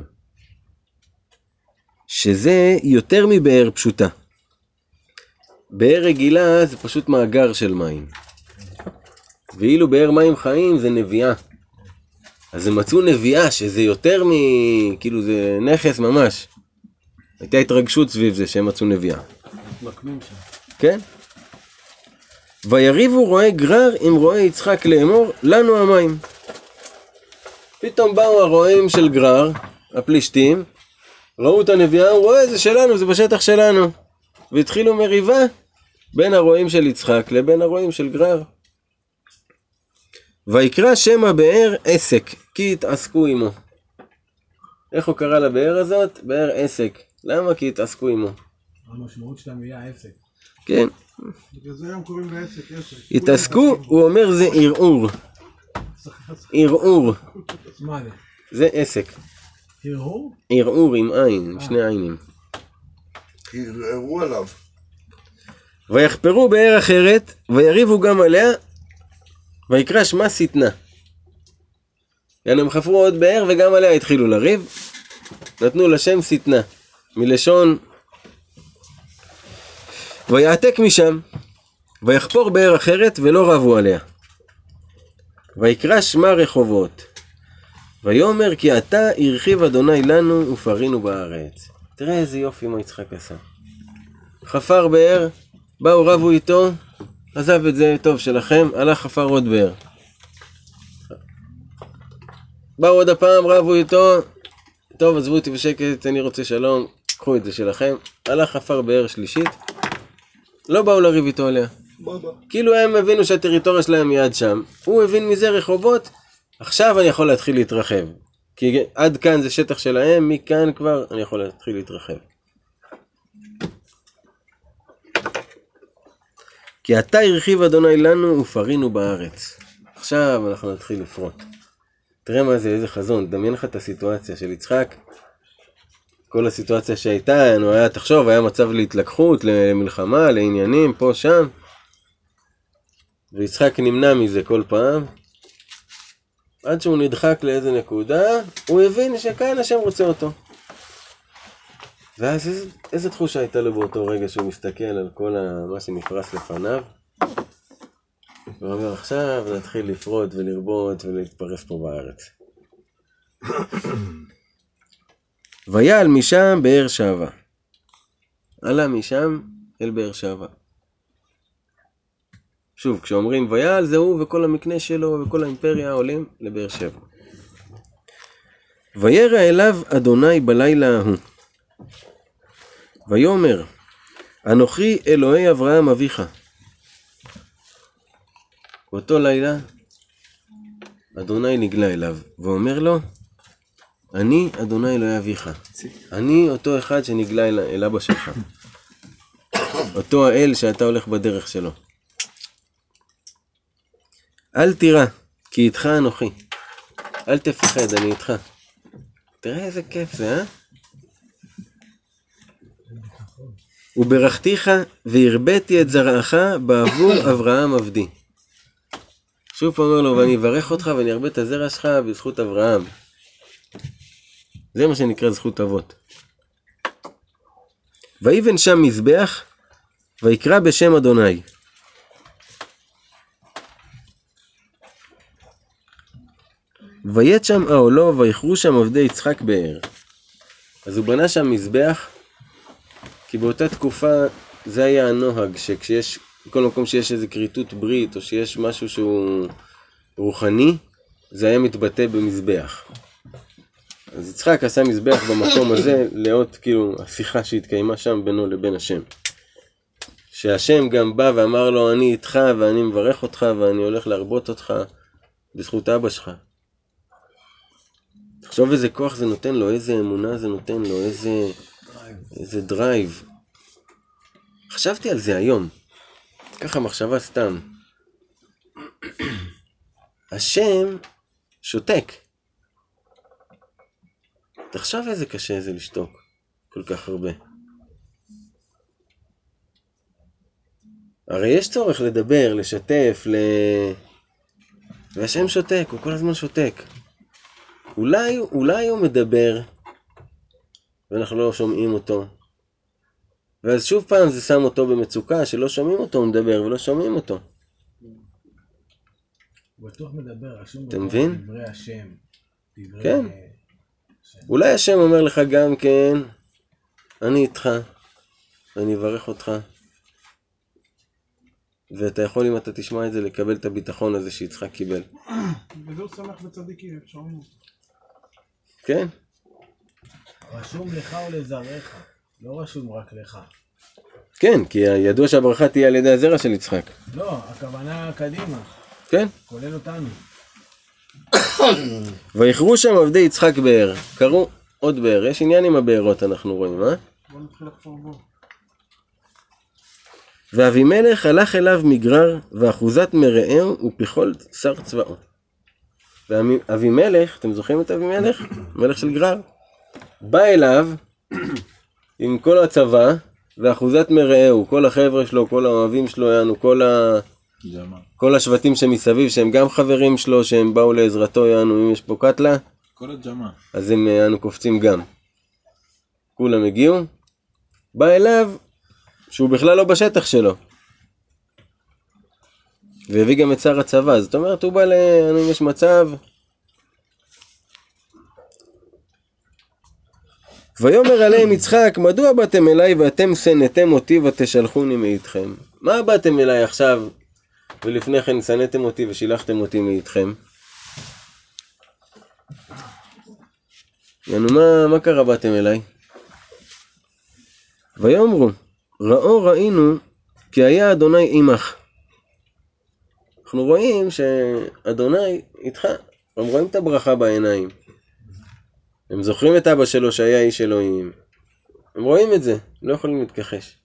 שזה יותר מבאר פשוטה. באר רגילה זה פשוט מאגר של מים, ואילו באר מים חיים זה נביאה. אז הם מצאו נביאה שזה יותר מ... כאילו זה נכס ממש. הייתה התרגשות סביב זה שהם מצאו נביאה. מתמקמים שם. כן? ויריבו רועי גרר עם רועי יצחק לאמור, לנו המים. פתאום באו הרועים של גרר, הפלישתים, ראו את הנביאה, הוא רואה, זה שלנו, זה בשטח שלנו. והתחילו מריבה בין הרועים של יצחק לבין הרועים של גרר. ויקרא שם הבאר עסק, כי התעסקו עמו. איך הוא קרא לבאר הזאת? באר עסק. למה? כי התעסקו עמו. המשמעות של המילה עסק. כן. בגלל זה היום קוראים לעסק עסק. התעסקו, הוא אומר זה ערעור. ערעור. מה זה? זה עסק. הרהור? ערעור עם עין, עם שני עינים. ערערו עליו. ויחפרו באר אחרת, ויריבו גם עליה, ויקרא שמה שטנה. יענו הם חפרו עוד באר וגם עליה התחילו לריב, נתנו לשם שטנה, מלשון ויעתק משם, ויחפור באר אחרת ולא רבו עליה. ויקרא שמה רחובות. ויאמר כי אתה הרחיב אדוני לנו ופרינו בארץ. תראה איזה יופי מה יצחק עשה. חפר באר, באו רבו איתו, עזב את זה, טוב שלכם, הלך חפר עוד באר. באו עוד הפעם, רבו איתו, טוב עזבו אותי בשקט, אני רוצה שלום, קחו את זה שלכם. הלך חפר באר שלישית, לא באו לריב איתו עליה. כאילו הם הבינו שהטריטוריה שלהם מיד שם, הוא הבין מזה רחובות, עכשיו אני יכול להתחיל להתרחב. כי עד כאן זה שטח שלהם, מכאן כבר אני יכול להתחיל להתרחב. כי אתה הרחיב אדוני לנו ופרינו בארץ. עכשיו אנחנו נתחיל לפרוט. תראה מה זה, איזה חזון. דמיין לך את הסיטואציה של יצחק. כל הסיטואציה שהייתה, הוא היה, תחשוב, היה מצב להתלקחות, למלחמה, לעניינים, פה, שם. ויצחק נמנע מזה כל פעם. עד שהוא נדחק לאיזה נקודה, הוא הבין שכאן השם רוצה אותו. ואז איזה, איזה תחושה הייתה לו באותו רגע שהוא מסתכל על כל ה, מה שנפרס לפניו. הוא אומר עכשיו נתחיל לפרוט ולרבות ולהתפרס פה בארץ. ויעל משם באר שבע. עלה משם אל באר שבע. שוב, כשאומרים ויעל זה הוא וכל המקנה שלו וכל האימפריה עולים לבאר שבע. וירא אליו אדוני בלילה ההוא. ויאמר, אנוכי אלוהי אברהם אביך. באותו לילה, אדוני נגלה אליו, ואומר לו, אני אדוני אלוהי אביך. אני אותו אחד שנגלה אל, אל אבא שלך. אותו האל שאתה הולך בדרך שלו. אל תירא, כי איתך אנוכי. אל תפחד, אני איתך. תראה איזה כיף זה, אה? וברכתיך והרביתי את זרעך בעבור אברהם עבדי. שוב אומר לו, ואני אברך אותך ואני ארבה את הזרע שלך בזכות אברהם. זה מה שנקרא זכות אבות. ויבן שם מזבח, ויקרא בשם אדוני. ויית שם אהלו, ויכרו שם עבדי יצחק באר. אז הוא בנה שם מזבח, כי באותה תקופה זה היה הנוהג, שכשיש, בכל מקום שיש איזה כריתות ברית, או שיש משהו שהוא רוחני, זה היה מתבטא במזבח. אז יצחק עשה מזבח במקום הזה, לאות כאילו השיחה שהתקיימה שם בינו לבין השם. שהשם גם בא ואמר לו, אני איתך ואני מברך אותך ואני הולך להרבות אותך בזכות אבא שלך. תחשוב איזה כוח זה נותן לו, איזה אמונה זה נותן לו, איזה, איזה דרייב. חשבתי על זה היום, ככה מחשבה סתם. השם שותק. תחשב איזה קשה זה לשתוק כל כך הרבה. הרי יש צורך לדבר, לשתף, ל... והשם שותק, הוא כל הזמן שותק. אולי, אולי הוא מדבר, ואנחנו לא שומעים אותו. ואז שוב פעם זה שם אותו במצוקה, שלא שומעים אותו, הוא מדבר ולא שומעים אותו. הוא בטוח מדבר, רשום אתה מבין? דברי השם. דברי... כן. אולי השם אומר לך גם כן, אני איתך, ואני אברך אותך. ואתה יכול, אם אתה תשמע את זה, לקבל את הביטחון הזה שיצחק קיבל. וזה הוא שמח בצדיקים, אפשר לומר. כן? רשום לך ולזרעך, לא רשום רק לך. כן, כי ידוע שהברכה תהיה על ידי הזרע של יצחק. לא, הכוונה קדימה, כן? כולל אותנו. ויכרו שם עבדי יצחק באר. קראו עוד באר. יש עניין עם הבארות אנחנו רואים, אה? בוא נתחיל לחפור בו. ואבימלך הלך אליו מגרר, ואחוזת מרעהו ופיכול שר צבאו. ואבימלך, אתם זוכרים את אבימלך? מלך של גרר. בא אליו עם כל הצבא, ואחוזת מרעהו, כל החבר'ה שלו, כל האוהבים שלו, יענו, כל, ה... כל השבטים שמסביב, שהם גם חברים שלו, שהם באו לעזרתו, יענו, אם יש פה קטלה, כל הג'מה. אז הם יענו קופצים גם. כולם הגיעו. בא אליו, שהוא בכלל לא בשטח שלו. והביא גם את שר הצבא. זאת אומרת, הוא בא לנו, אם יש מצב. ויאמר עליהם יצחק, מדוע באתם אליי ואתם שנאתם אותי ותשלחוני מאיתכם? מה באתם אליי עכשיו ולפני כן שנאתם אותי ושילחתם אותי מאיתכם? יענו, מה, מה קרה באתם אליי? ויאמרו, ראו ראינו כי היה אדוני עמך. אנחנו רואים שאדוני איתך, הם רואים את הברכה בעיניים. הם זוכרים את אבא שלו שהיה איש אלוהים. הם רואים את זה, לא יכולים להתכחש.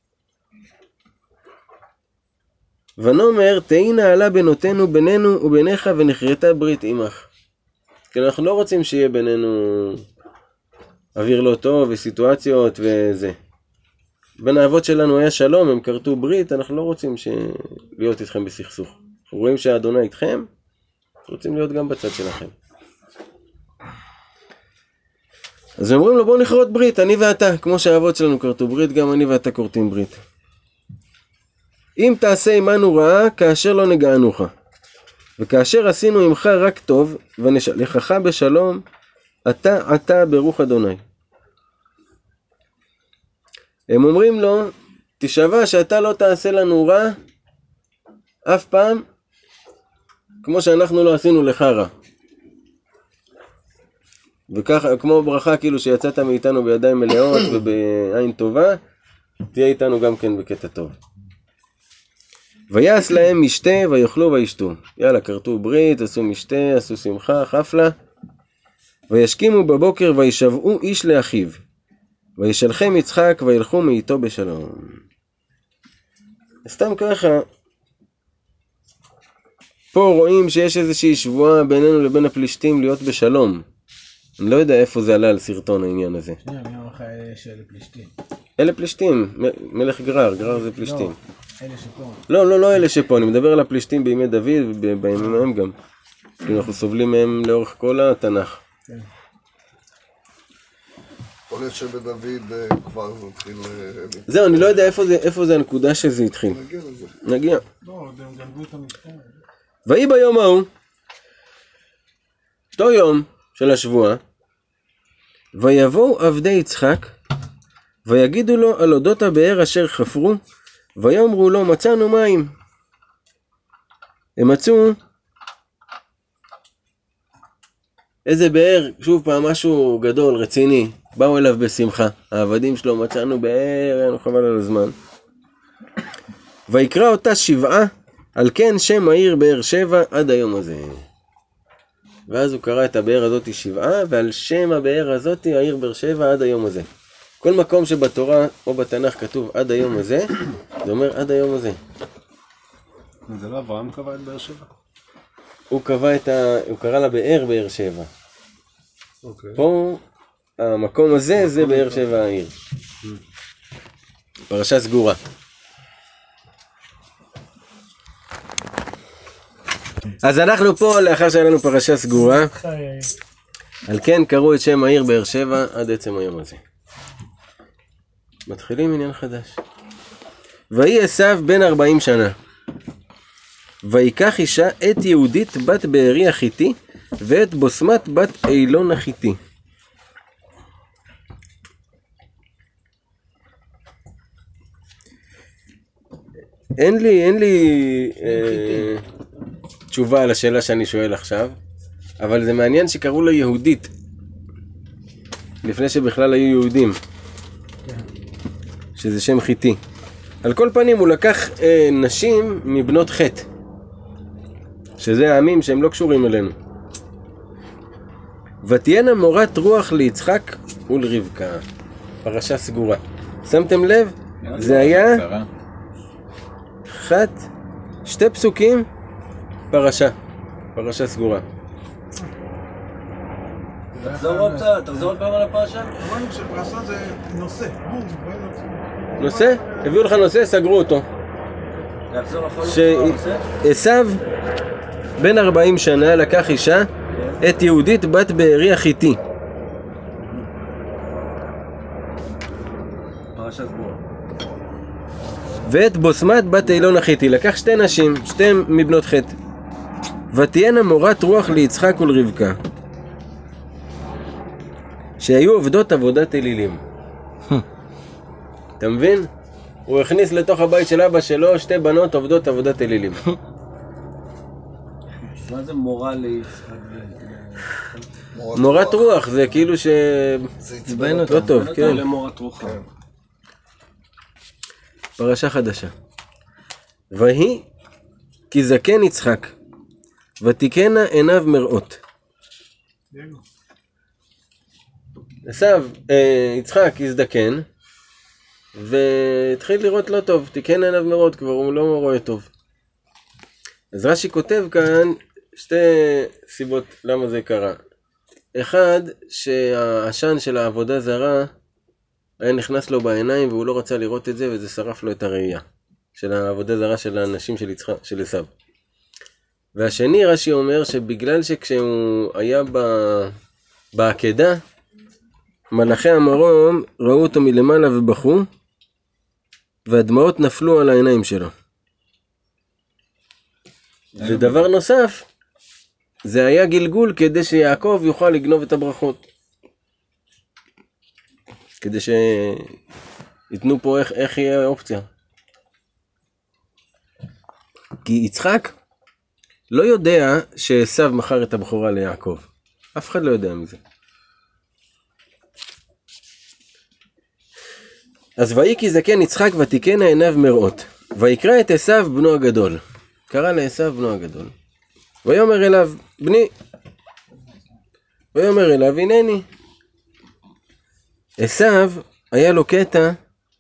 ונאמר, תהי נעלה בנותינו בינינו וביניך ונחרטה ברית עמך. כי אנחנו לא רוצים שיהיה בינינו אוויר לא טוב וסיטואציות וזה. בין האבות שלנו היה שלום, הם קרתו ברית, אנחנו לא רוצים ש... להיות איתכם בסכסוך. אנחנו רואים שהאדוני איתכם, רוצים להיות גם בצד שלכם. אז אומרים לו, בוא נכרות ברית, אני ואתה, כמו שהאבות שלנו קרתו ברית, גם אני ואתה קורתים ברית. אם תעשה עמנו רעה, כאשר לא נגענוך. וכאשר עשינו עמך רק טוב, ונשלחך בשלום, אתה אתה ברוך אדוני. הם אומרים לו, תשבע שאתה לא תעשה לנו רע, אף פעם, כמו שאנחנו לא עשינו לך רע. וככה, כמו ברכה כאילו שיצאת מאיתנו בידיים מלאות ובעין טובה, תהיה איתנו גם כן בקטע טוב. ויעש להם משתה ויאכלו וישתו. יאללה, כרתו ברית, עשו משתה, עשו שמחה, חפלה. וישכימו בבוקר וישבעו איש לאחיו. וישלחם יצחק וילכו מאיתו בשלום. סתם ככה, פה רואים שיש איזושהי שבועה בינינו לבין הפלישתים להיות בשלום. אני לא יודע איפה זה עלה על סרטון העניין הזה. שנייה, מי אמר לך אלה של פלישתים? אלה פלישתים, מ- מלך גרר, גרר זה פלישתים. לא, אלה שפה. לא, לא, לא אלה שפה, אני מדבר על הפלישתים בימי דוד ובימים ההם גם. כי אנחנו סובלים מהם לאורך כל התנ"ך. כן. יכול להיות שבדוד אה, כבר מתחיל... אה, זהו, אני לא יודע איפה זה, איפה זה הנקודה שזה התחיל. נגיע לזה. נגיע. לא, הם גנבו את המשטר. ויהי ביום ההוא, אותו יום של השבועה, ויבואו עבדי יצחק, ויגידו לו על אודות הבאר אשר חפרו, ויאמרו לו מצאנו מים. הם מצאו איזה באר, שוב פעם משהו גדול, רציני, באו אליו בשמחה, העבדים שלו מצאנו באר, היה לנו חבל על הזמן. ויקרא אותה שבעה, על כן שם העיר באר שבע עד היום הזה. ואז הוא קרא את הבאר הזאת שבעה, ועל שם הבאר הזאת העיר באר שבע עד היום הזה. כל מקום שבתורה או בתנ"ך כתוב עד היום הזה, זה אומר עד היום הזה. זה לא אברהם קבע את באר שבע? הוא קבע את ה... הוא קרא לה באר באר שבע. אוקיי. פה, המקום הזה זה באר שבע העיר. פרשה סגורה. אז אנחנו פה לאחר שהיה לנו פרשה סגורה, על כן קראו את שם העיר באר שבע עד עצם היום הזה. מתחילים עניין חדש. ויהי עשיו בן ארבעים שנה. ויקח אישה את יהודית בת בארי החיתי, ואת בוסמת בת אילון החיתי. אין לי, אין לי אה, תשובה על השאלה שאני שואל עכשיו, אבל זה מעניין שקראו לה יהודית, לפני שבכלל היו יהודים, שזה שם חיתי. על כל פנים הוא לקח אה, נשים מבנות חטא, שזה העמים שהם לא קשורים אלינו. ותהיינה מורת רוח ליצחק ולרבקה. פרשה סגורה. שמתם לב? זה היה אחת, שתי פסוקים, פרשה. פרשה סגורה. תחזור עוד קצת, תחזור עוד פעם על הפרשה. אמרנו שפרשה זה נושא, בום, בואי נושא? הביאו לך נושא, סגרו אותו. תחזור אחורה. שעשיו בן ארבעים שנה לקח אישה, את יהודית בת בארי החיתי. פרשה סגורה. ואת בוסמת בת אילון החיתי. לקח שתי נשים, שתי מבנות חטא. ותהיינה מורת רוח ליצחק ולרבקה, שהיו עובדות עבודת אלילים. אתה מבין? הוא הכניס לתוך הבית של אבא שלו שתי בנות עובדות עבודת אלילים. מה זה מורה ליצחק? מורת רוח, זה כאילו ש... זה עצבן לא אותו. טוב, כן. למורת רוחה. פרשה חדשה. ויהי כי זקן יצחק, ותיקנה עיניו מראות. עשיו, אה, יצחק הזדקן, והתחיל לראות לא טוב, תיקן עיניו מראות, כבר הוא לא רואה טוב. אז רש"י כותב כאן שתי סיבות למה זה קרה. אחד, שהעשן של העבודה זרה היה נכנס לו בעיניים והוא לא רצה לראות את זה, וזה שרף לו את הראייה של העבודה זרה של האנשים של, יצח... של עשיו. והשני, רש"י אומר שבגלל שכשהוא היה ב... בעקדה, מלאכי המרום ראו אותו מלמעלה ובכו, והדמעות נפלו על העיניים שלו. ודבר נוסף, זה היה גלגול כדי שיעקב יוכל לגנוב את הברכות. כדי שיתנו פה איך, איך יהיה האופציה. כי יצחק לא יודע שעשיו מכר את הבכורה ליעקב. אף אחד לא יודע מזה. אז ויהי כי זקן יצחק ותיקנה עיניו מראות. ויקרא את עשיו בנו הגדול. קרא לעשיו בנו הגדול. ויאמר אליו בני. ויאמר אליו הנני. עשיו היה לו קטע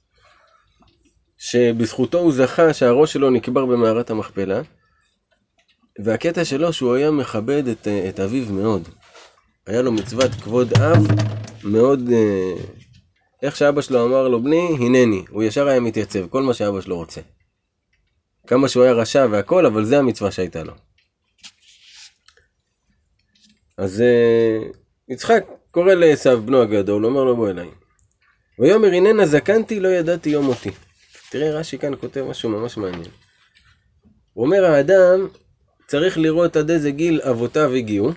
שבזכותו הוא זכה שהראש שלו נקבר במערת המכפלה. והקטע שלו שהוא היה מכבד את, את אביו מאוד. היה לו מצוות כבוד אב מאוד, איך שאבא שלו אמר לו בני, הנני. הוא ישר היה מתייצב, כל מה שאבא שלו רוצה. כמה שהוא היה רשע והכל, אבל זה המצווה שהייתה לו. אז יצחק קורא לעשיו בנו הגדול, אומר לו בוא אליי. ויאמר הננה זקנתי לא ידעתי יום מותי. תראה רש"י כאן כותב משהו ממש מעניין. הוא אומר האדם צריך לראות עד איזה גיל אבותיו הגיעו,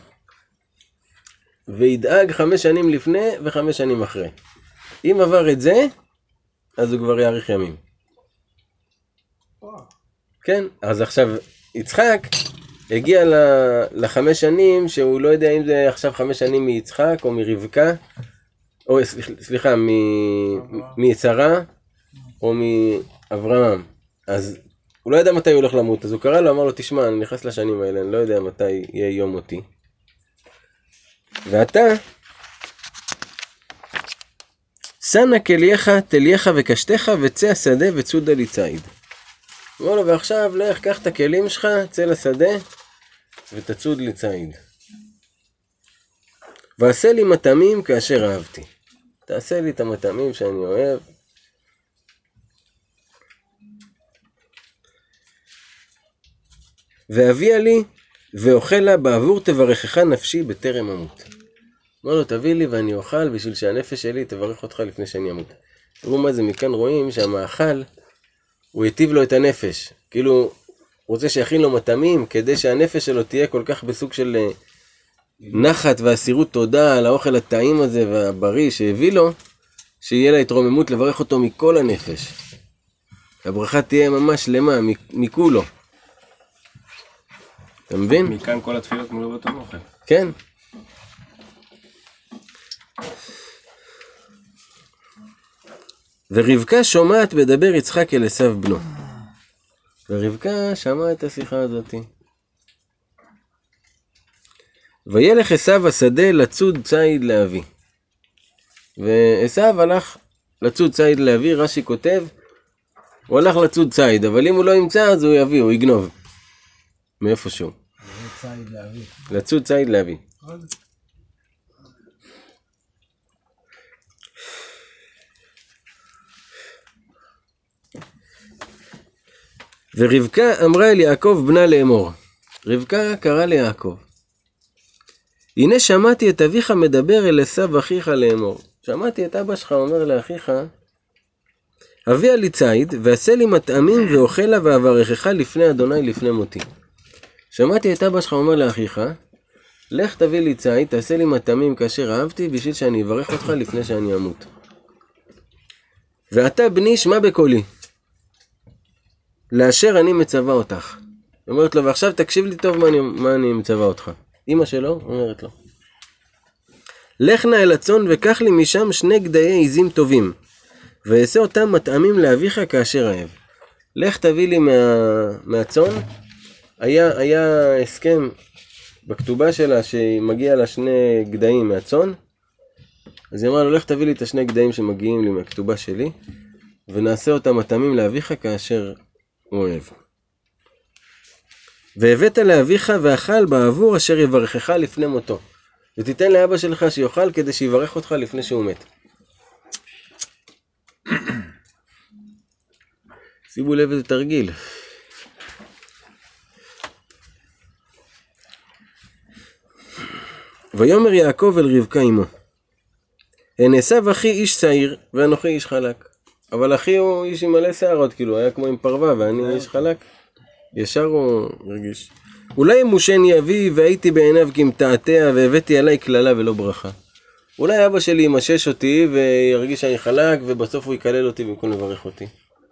וידאג חמש שנים לפני וחמש שנים אחרי. אם עבר את זה, אז הוא כבר יאריך ימים. כן, אז עכשיו יצחק הגיע לחמש שנים שהוא לא יודע אם זה עכשיו חמש שנים מיצחק או מרבקה, או סליחה, מיצרה או מאברהם. אז הוא לא יודע מתי הוא הולך למות, אז הוא קרא לו, אמר לו תשמע, אני נכנס לשנים האלה, אני לא יודע מתי יהיה יום מותי. ואתה סנה כלייך תלייך וקשתך וצא השדה וצודה לי ציד. הוא אומר לו ועכשיו לך קח את הכלים שלך, צא לשדה ותצוד לי ציד. ועשה לי מטעמים כאשר אהבתי. תעשה לי את המטעמים שאני אוהב. והביאה לי ואוכל לה בעבור תברכך נפשי בטרם אמות. אמר לו תביא לי ואני אוכל בשביל שהנפש שלי תברך אותך לפני שאני אמות. תראו מה זה, מכאן רואים שהמאכל הוא יטיב לו את הנפש. כאילו הוא רוצה שיכין לו מטעמים כדי שהנפש שלו תהיה כל כך בסוג של נחת והסירות תודה על האוכל הטעים הזה והבריא שהביא לו, שיהיה לה התרוממות לברך אותו מכל הנפש. הברכה תהיה ממש שלמה, מכולו. אתה מבין? מכאן כל התפילות מלוות המוכל. כן. ורבקה שומעת בדבר יצחק אל עשיו בנו. ורבקה שמעה את השיחה הזאת. וילך עשיו השדה לצוד ציד לאבי. ועשיו הלך לצוד ציד לאבי, רש"י כותב, הוא הלך לצוד ציד, אבל אם הוא לא ימצא אז הוא יביא, הוא יגנוב. מאיפשהו. ציד לאבי. לצוד ציד לאבי. ורבקה אמרה אל יעקב בנה לאמור. רבקה קרא ליעקב. הנה שמעתי את אביך מדבר אל עשיו אחיך לאמור. שמעתי את אבא שלך אומר לאחיך, הביאה לי ציד ועשה לי מטעמים ואוכלה ואברכך לפני אדוני לפני מותי. שמעתי את אבא שלך אומר לאחיך, לך תביא לי ציד, תעשה לי מטעמים כאשר אהבתי בשביל שאני אברך אותך לפני שאני אמות. ואתה בני שמע בקולי. לאשר אני מצווה אותך. אומרת לו, ועכשיו תקשיב לי טוב מה אני, מה אני מצווה אותך. אמא שלו אומרת לו, לך נא אל הצאן וקח לי משם שני גדיי עזים טובים, ואעשה אותם מטעמים לאביך כאשר אהב. לך תביא לי מה, מהצאן. היה, היה הסכם בכתובה שלה שמגיע לה שני גדיים מהצאן, אז היא אמרה לו, לך תביא לי את השני גדיים שמגיעים לי מהכתובה שלי, ונעשה אותם מטעמים לאביך כאשר הוא אוהב. והבאת לאביך ואכל בעבור אשר יברכך לפני מותו. ותיתן לאבא שלך שיאכל כדי שיברך אותך לפני שהוא מת. שימו לב איזה תרגיל. ויאמר יעקב אל רבקה אמו. הן עשיו אחי איש צעיר ואנוכי איש חלק. אבל אחי הוא איש עם מלא שערות, כאילו היה כמו עם פרווה ואני איש חלק. ישר הוא הרגיש. אולי ימושני אבי והייתי בעיניו כמתעתע והבאתי עליי כללה ולא ברכה. אולי אבא שלי ימשש אותי וירגיש שאני חלק ובסוף הוא יקלל אותי במקום לברך אותי.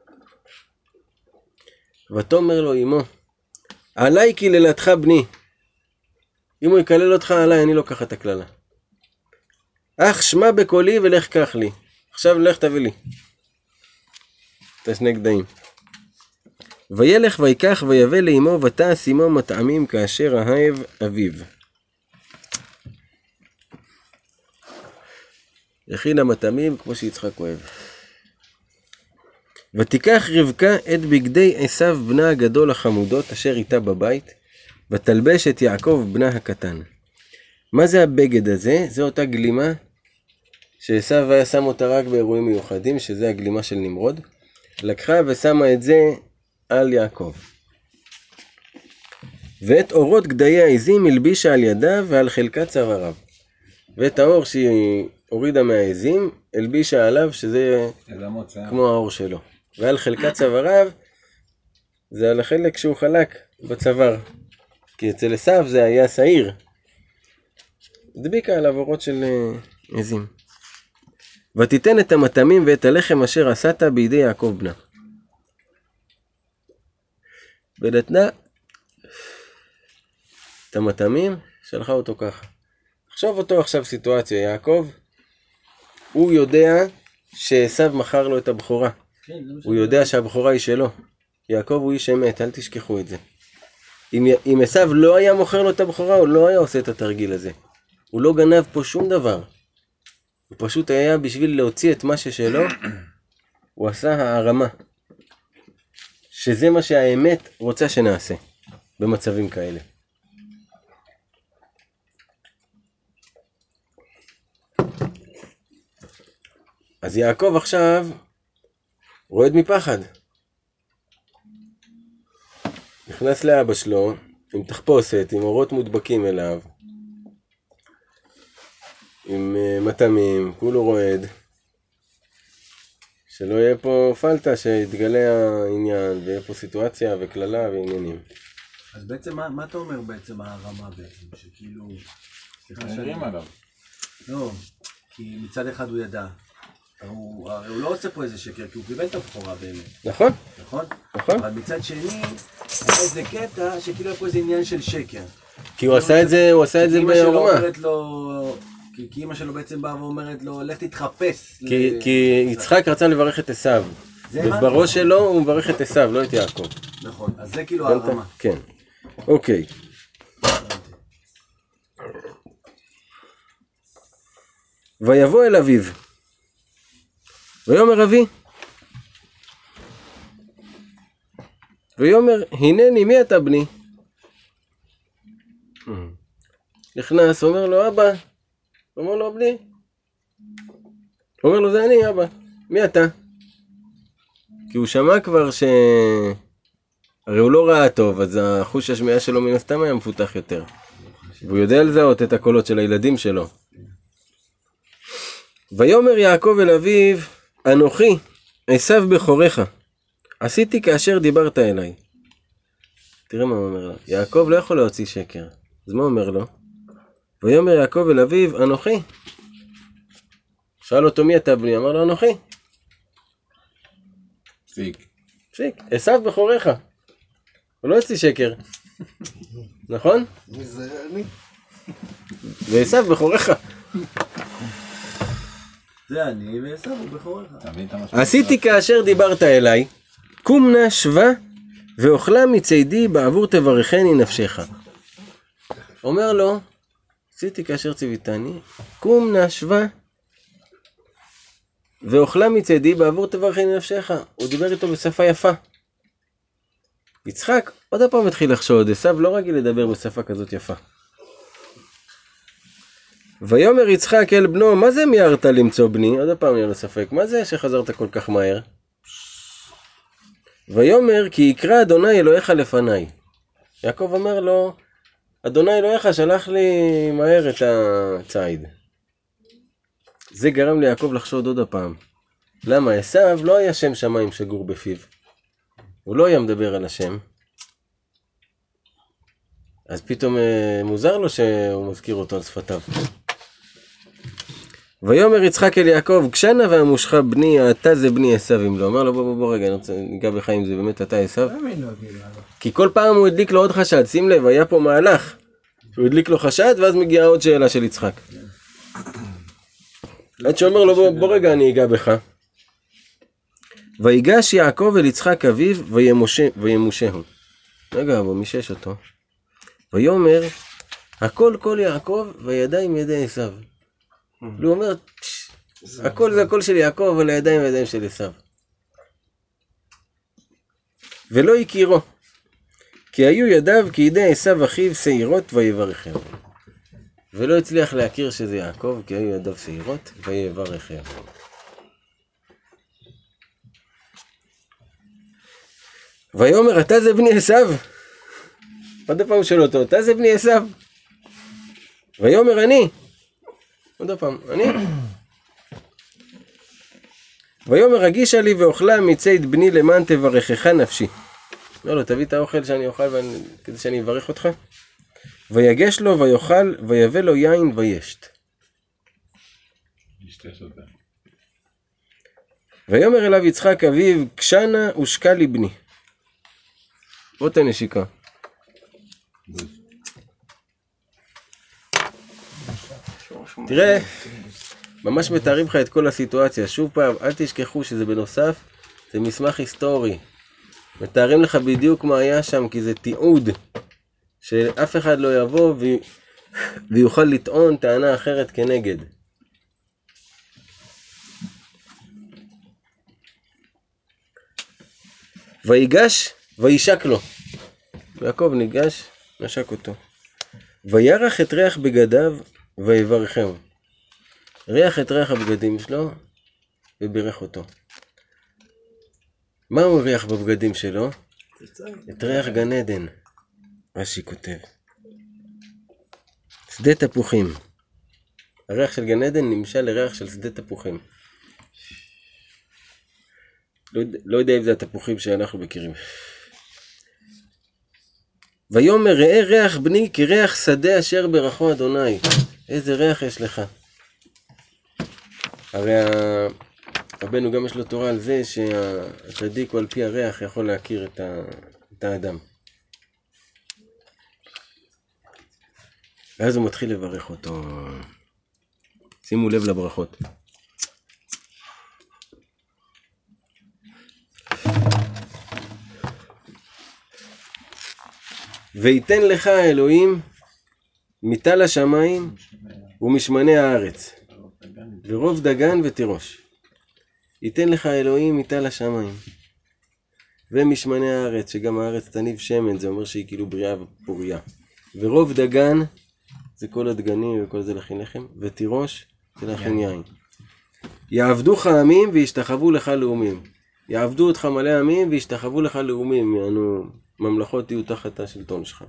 ותאמר לו אמו, עליי קללתך בני. אם הוא יקלל אותך עליי אני לוקח את הכללה. אך שמע בקולי ולך קח לי. עכשיו לך תביא לי. את השני גדיים. וילך ויקח ויבא לאמו ותעש עמו מטעמים כאשר אהב אביו. הכינה מטעמים כמו שיצחק אוהב. ותיקח רבקה את בגדי עשיו בנה הגדול החמודות אשר איתה בבית, ותלבש את יעקב בנה הקטן. מה זה הבגד הזה? זה אותה גלימה שעשיו היה שם אותה רק באירועים מיוחדים, שזה הגלימה של נמרוד. לקחה ושמה את זה על יעקב. ואת אורות גדיי העזים הלבישה על ידיו ועל חלקת צוואריו. ואת האור שהיא הורידה מהעזים הלבישה עליו, שזה כמו האור שלו. ועל חלקת צוואריו זה על החלק שהוא חלק בצוואר. כי אצל עשיו זה היה שעיר. הדביקה עליו אורות של עזים. ותיתן את המטעמים ואת הלחם אשר עשת בידי יעקב בנה. ונתנה את המטעמים, שלחה אותו ככה. עכשיו אותו עכשיו סיטואציה, יעקב, הוא יודע שעשיו מכר לו את הבכורה. הוא יודע שהבכורה היא שלו. יעקב הוא איש אמת, אל תשכחו את זה. אם, אם עשיו לא היה מוכר לו את הבכורה, הוא לא היה עושה את התרגיל הזה. הוא לא גנב פה שום דבר. הוא פשוט היה בשביל להוציא את מה ששלו, הוא עשה הערמה. שזה מה שהאמת רוצה שנעשה במצבים כאלה. אז יעקב עכשיו רועד מפחד. נכנס לאבא שלו עם תחפושת, עם אורות מודבקים אליו, עם מטעמים, כולו רועד. שלא יהיה פה פלטה, שיתגלה העניין, ויהיה פה סיטואציה וכללה ועניינים. אז בעצם, מה, מה אתה אומר בעצם הרמה בעצם? שכאילו... נראים עליו. לא, כי מצד אחד הוא ידע. הוא, הוא לא עושה פה איזה שקר, כי הוא קיבל את הבכורה באמת. נכון? נכון? נכון. אבל מצד שני, היה איזה קטע שכאילו היה פה איזה עניין של שקר. כי הוא עשה את זה, הוא עשה את זה בעורמה. כי, כי אמא שלו בעצם באה ואומרת לו, לך תתחפש. כי, ל... כי יצחק רצה לברך את עשיו. ובראש שלו הוא מברך את עשיו, לא את יעקב. נכון, אז זה כאילו הרמה. כן, אוקיי. ויבוא אל אביו. ויאמר אבי. ויאמר, הנני, מי אתה בני? נכנס, אומר לו, אבא. אומר לו, בני. אומר לו, זה אני, אבא. מי אתה? כי הוא שמע כבר ש... הרי הוא לא ראה טוב, אז החוש השמיעה שלו מן הסתם היה מפותח יותר. והוא יודע לזהות את הקולות של הילדים שלו. ויאמר יעקב אל אביו, אנוכי, עשיו בכורך. עשיתי כאשר דיברת אליי. תראה מה הוא אומר לו. יעקב לא יכול להוציא שקר. אז מה אומר לו? ויאמר יעקב אל אביו, אנוכי. שאל אותו מי אתה בני? אמר לו, אנוכי. פסיק. פסיק, עשיו בכורך. הוא לא יוציא שקר. נכון? מי זה אני? ועשיו בכורך. זה אני ועשיו הוא בכורך. עשיתי כאשר דיברת אליי, קום נא שבה ואוכלה מצידי בעבור תברכני נפשך. אומר לו, עשיתי כאשר ציוויתני, קום נא שבה ואוכלה מצידי בעבור תברכני נפשך. הוא דיבר איתו בשפה יפה. יצחק עוד הפעם התחיל לחשוד, עשיו לא רגיל לדבר בשפה כזאת יפה. ויאמר יצחק אל בנו, מה זה מיהרת למצוא בני? עוד הפעם נהיה לו ספק, מה זה שחזרת כל כך מהר? ויאמר כי יקרא אדוני אלוהיך לפניי. יעקב אומר לו, אדוני אלוהיך שלח לי מהר את הציד. זה גרם ליעקב לחשוד עוד הפעם. למה? עשיו לא היה שם שמיים שגור בפיו. הוא לא היה מדבר על השם. אז פתאום מוזר לו שהוא מזכיר אותו על שפתיו. ויאמר יצחק אל יעקב, כשנה והמושך בני, אתה זה בני עשיו אם לא. אומר לו בוא בוא בוא רגע, אני רוצה ניגע בך אם זה באמת אתה עשיו. כי כל פעם הוא הדליק לו עוד חשד, שים לב, היה פה מהלך. הוא הדליק לו חשד ואז מגיעה עוד שאלה של יצחק. עד שאומר לו בוא, בוא רגע אני אגע בך. ויגש יעקב אל יצחק אביו וימושה, וימושהו. רגע, הוא מישש אותו. ויאמר, הכל כל יעקב וידיים ידי עשיו. הוא אומר, הכל זה הכל של יעקב, אבל הידיים הידיים של עשיו. ולא הכירו, כי היו ידיו כידי עשיו אחיו שעירות ויברכהו. ולא הצליח להכיר שזה יעקב, כי היו ידיו שעירות ויברכהו. ויאמר, אתה זה בני עשיו? עוד פעם שואל אותו, אתה זה בני עשיו? ויאמר, אני. עוד פעם, אני. ויאמר, הגישה לי ואוכלה מציד בני למען תברכך נפשי. לא, לא, תביא את האוכל שאני אוכל ואני, כדי שאני אברך אותך. ויגש לו ויאכל ויבא לו יין וישת. ויאמר אליו יצחק אביו, קשנה ושקע לי בני. בוא את הנשיקה. תראה, ממש מתארים לך את כל הסיטואציה. שוב פעם, אל תשכחו שזה בנוסף, זה מסמך היסטורי. מתארים לך בדיוק מה היה שם, כי זה תיעוד שאף אחד לא יבוא ו... ויוכל לטעון טענה אחרת כנגד. ויגש וישק לו. יעקב ניגש, נשק אותו. וירח את ריח בגדיו ויברכהו. ריח את ריח הבגדים שלו ובירך אותו. מה הוא ריח בבגדים שלו? את ריח גן עדן. רש"י כותב. שדה תפוחים. הריח של גן עדן נמשל לריח של שדה תפוחים. לא, לא יודע אם זה התפוחים שאנחנו מכירים. ויאמר, ראה ריח בני כריח שדה אשר ברכו אדוני. איזה ריח יש לך. הרי רבנו גם יש לו תורה על זה שהצדיק הוא על פי הריח יכול להכיר את, ה... את האדם. ואז הוא מתחיל לברך אותו. שימו לב לברכות. ויתן לך אלוהים מטל השמיים ומשמני הארץ ורוב דגן ותירוש. ייתן לך אלוהים מטל השמיים ומשמני הארץ, שגם הארץ תניב שמן, זה אומר שהיא כאילו בריאה ופוריה. ורוב דגן זה כל הדגנים וכל זה לכין לחם, ותירוש זה לכין יין. יעבדוך עמים וישתחוו לך לאומים. יעבדו אותך מלא עמים וישתחוו לך לאומים, יענו ממלכות יהיו תחת השלטון שלך.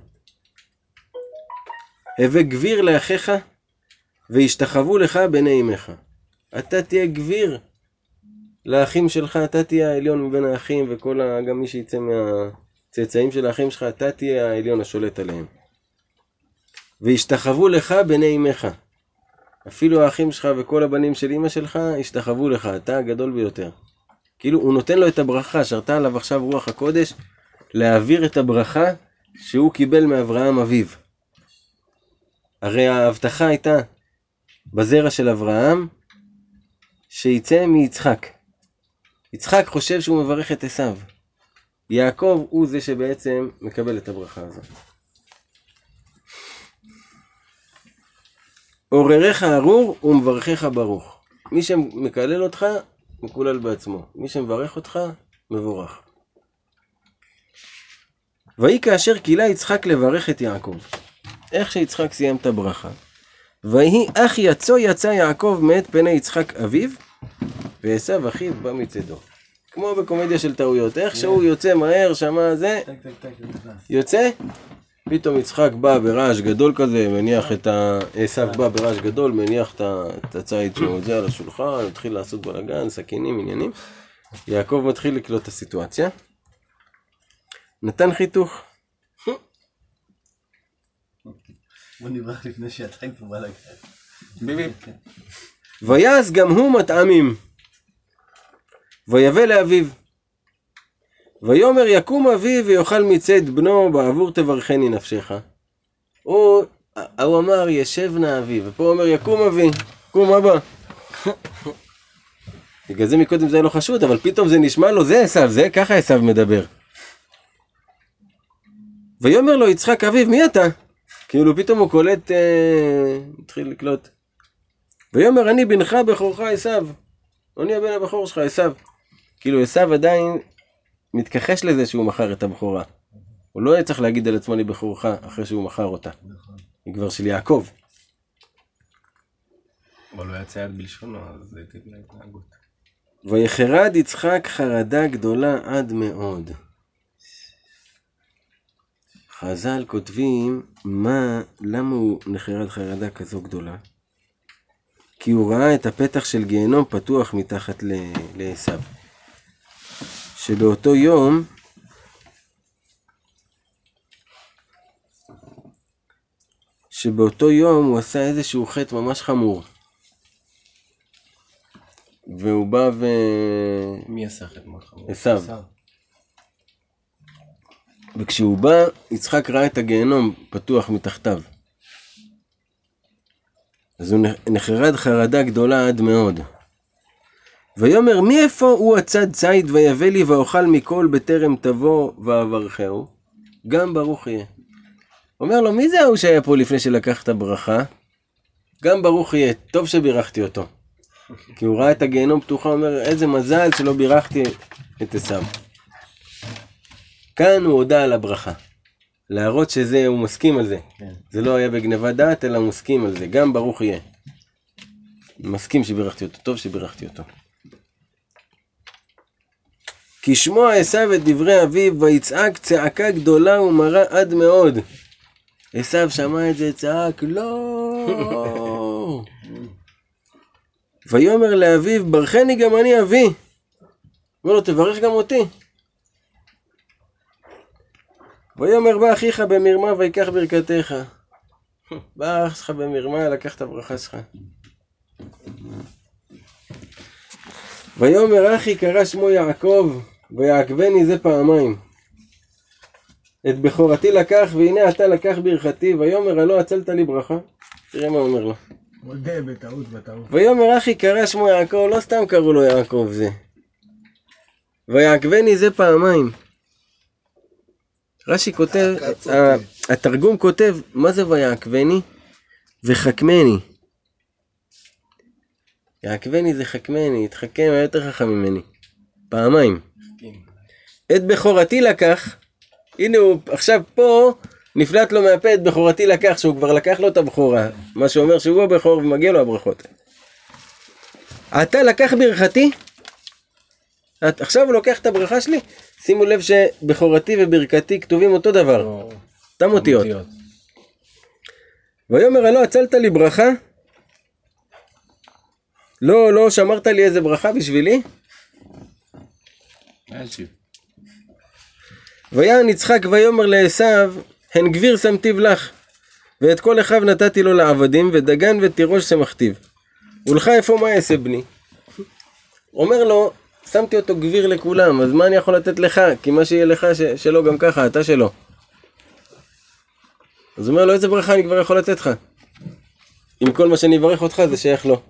הווה גביר לאחיך וישתחוו לך בני אמך. אתה תהיה גביר לאחים שלך, אתה תהיה העליון מבין האחים, וכל ה... גם מי שיצא מהצאצאים של האחים שלך, אתה תהיה העליון השולט עליהם. וישתחוו לך בני אמך. אפילו האחים שלך וכל הבנים של אמא שלך ישתחוו לך, אתה הגדול ביותר. כאילו הוא נותן לו את הברכה, שרתה עליו עכשיו רוח הקודש, להעביר את הברכה שהוא קיבל מאברהם אביו. הרי ההבטחה הייתה בזרע של אברהם, שיצא מיצחק. יצחק חושב שהוא מברך את עשיו. יעקב הוא זה שבעצם מקבל את הברכה הזאת. עורריך ארור ומברכך ברוך. מי שמקלל אותך, מקולל בעצמו. מי שמברך אותך, מבורך. ויהי כאשר קילה יצחק לברך את יעקב. איך שיצחק סיים את הברכה. ויהי אך יצא יצא יעקב מאת פני יצחק אביו, ועשיו אחיו בא מצדו. כמו בקומדיה של טעויות. איך שהוא יוצא מהר, שמה זה, יוצא, פתאום יצחק בא ברעש גדול כזה, מניח את ה... עשיו בא ברעש גדול, מניח את הציד שלו זה על השולחן, מתחיל לעשות בלגן, סכינים, עניינים. יעקב מתחיל לקלוט את הסיטואציה. נתן חיתוך. בוא נברח לפני שעתיים פה בלגן. ביבי. ויעש גם הוא מטעמים. ויבא לאביו. ויאמר יקום אבי ויאכל מצד בנו בעבור תברכני נפשך. הוא, הוא אמר ישב נא אבי, ופה הוא אומר יקום אבי, קום אבא. בגלל זה מקודם זה לא חשוד, אבל פתאום זה נשמע לו, זה עשיו, זה ככה עשיו מדבר. ויאמר לו יצחק אביו, מי אתה? כאילו פתאום הוא קולט, אה, התחיל לקלוט. ויאמר אני בנך בכורך עשיו. אני הבן הבכור שלך עשיו. כאילו עשיו עדיין מתכחש לזה שהוא מכר את הבכורה. הוא לא היה צריך להגיד על עצמו אני בכורך אחרי שהוא מכר אותה. היא כבר של יעקב. אבל הוא יצא יד בלשונו, אז זה תבנה התנהגות. ויחרד יצחק חרדה גדולה עד מאוד. חז"ל כותבים, מה, למה הוא נחרד חרדה כזו גדולה? כי הוא ראה את הפתח של גיהנום פתוח מתחת לעשיו. שבאותו יום, שבאותו יום הוא עשה איזשהו חטא ממש חמור. והוא בא ו... מי עשה חטא מאוד חמור? עשיו. וכשהוא בא, יצחק ראה את הגיהנום פתוח מתחתיו. אז הוא נחרד חרדה גדולה עד מאוד. ויאמר, מי איפה הוא הצד ציד ויבא לי ואוכל מכל בטרם תבוא ואברכהו? גם ברוך יהיה. אומר לו, מי זה ההוא שהיה פה לפני שלקח את הברכה? גם ברוך יהיה, טוב שבירכתי אותו. כי הוא ראה את הגיהנום פתוחה, אומר, איזה מזל שלא בירכתי את עשיו. כאן הוא הודע על הברכה. להראות שזה, הוא מסכים על זה. כן. זה לא היה בגנבת דעת, אלא הוא מסכים על זה. גם ברוך יהיה. מסכים שבירכתי אותו, טוב שבירכתי אותו. כי שמוע עשיו את דברי אביו, ויצעק צעקה גדולה ומרה עד מאוד. עשיו שמע את זה, צעק, לא. ויאמר לאביו, ברכני גם אני אבי. אומר לו, תברך גם אותי. ויאמר בא אחיך במרמה ויקח ברכתך. בא אח שלך במרמה, לקח את הברכה שלך. ויאמר אחי קרא שמו יעקב, ויעקבני זה פעמיים. את בכורתי לקח, והנה אתה לקח ברכתי, ויאמר הלא הצלת לי ברכה. תראה מה אומר לו. מודה בטעות בטעות. ויאמר אחי קרא שמו יעקב, לא סתם קראו לו יעקב זה. ויעקבני זה פעמיים. רש"י כותב, התרגום כותב, מה זה ויעקבני? וחכמני. יעקבני זה חכמני, התחכם, היה יותר חכם ממני. פעמיים. את בכורתי לקח, הנה הוא עכשיו פה נפלט לו מהפה, את בכורתי לקח, שהוא כבר לקח לו את הבכורה. מה שאומר שהוא הבכור ומגיע לו הברכות. אתה לקח ברכתי? עכשיו הוא לוקח את הברכה שלי? שימו לב שבכורתי וברכתי כתובים אותו דבר. אותם אותיות. ויאמר הלא הצלת לי ברכה? לא, לא שמרת לי איזה ברכה בשבילי? ויען יצחק ויאמר לעשיו, הן גביר שמתיו לך, ואת כל אחיו נתתי לו לעבדים, ודגן ותירוש שמכתיו. ולך איפה מה יעשה בני? אומר לו, שמתי אותו גביר לכולם, אז מה אני יכול לתת לך? כי מה שיהיה לך ש- שלו גם ככה, אתה שלו. אז הוא אומר לו, איזה ברכה אני כבר יכול לתת לך? אם כל מה שאני אברך אותך זה שייך לו.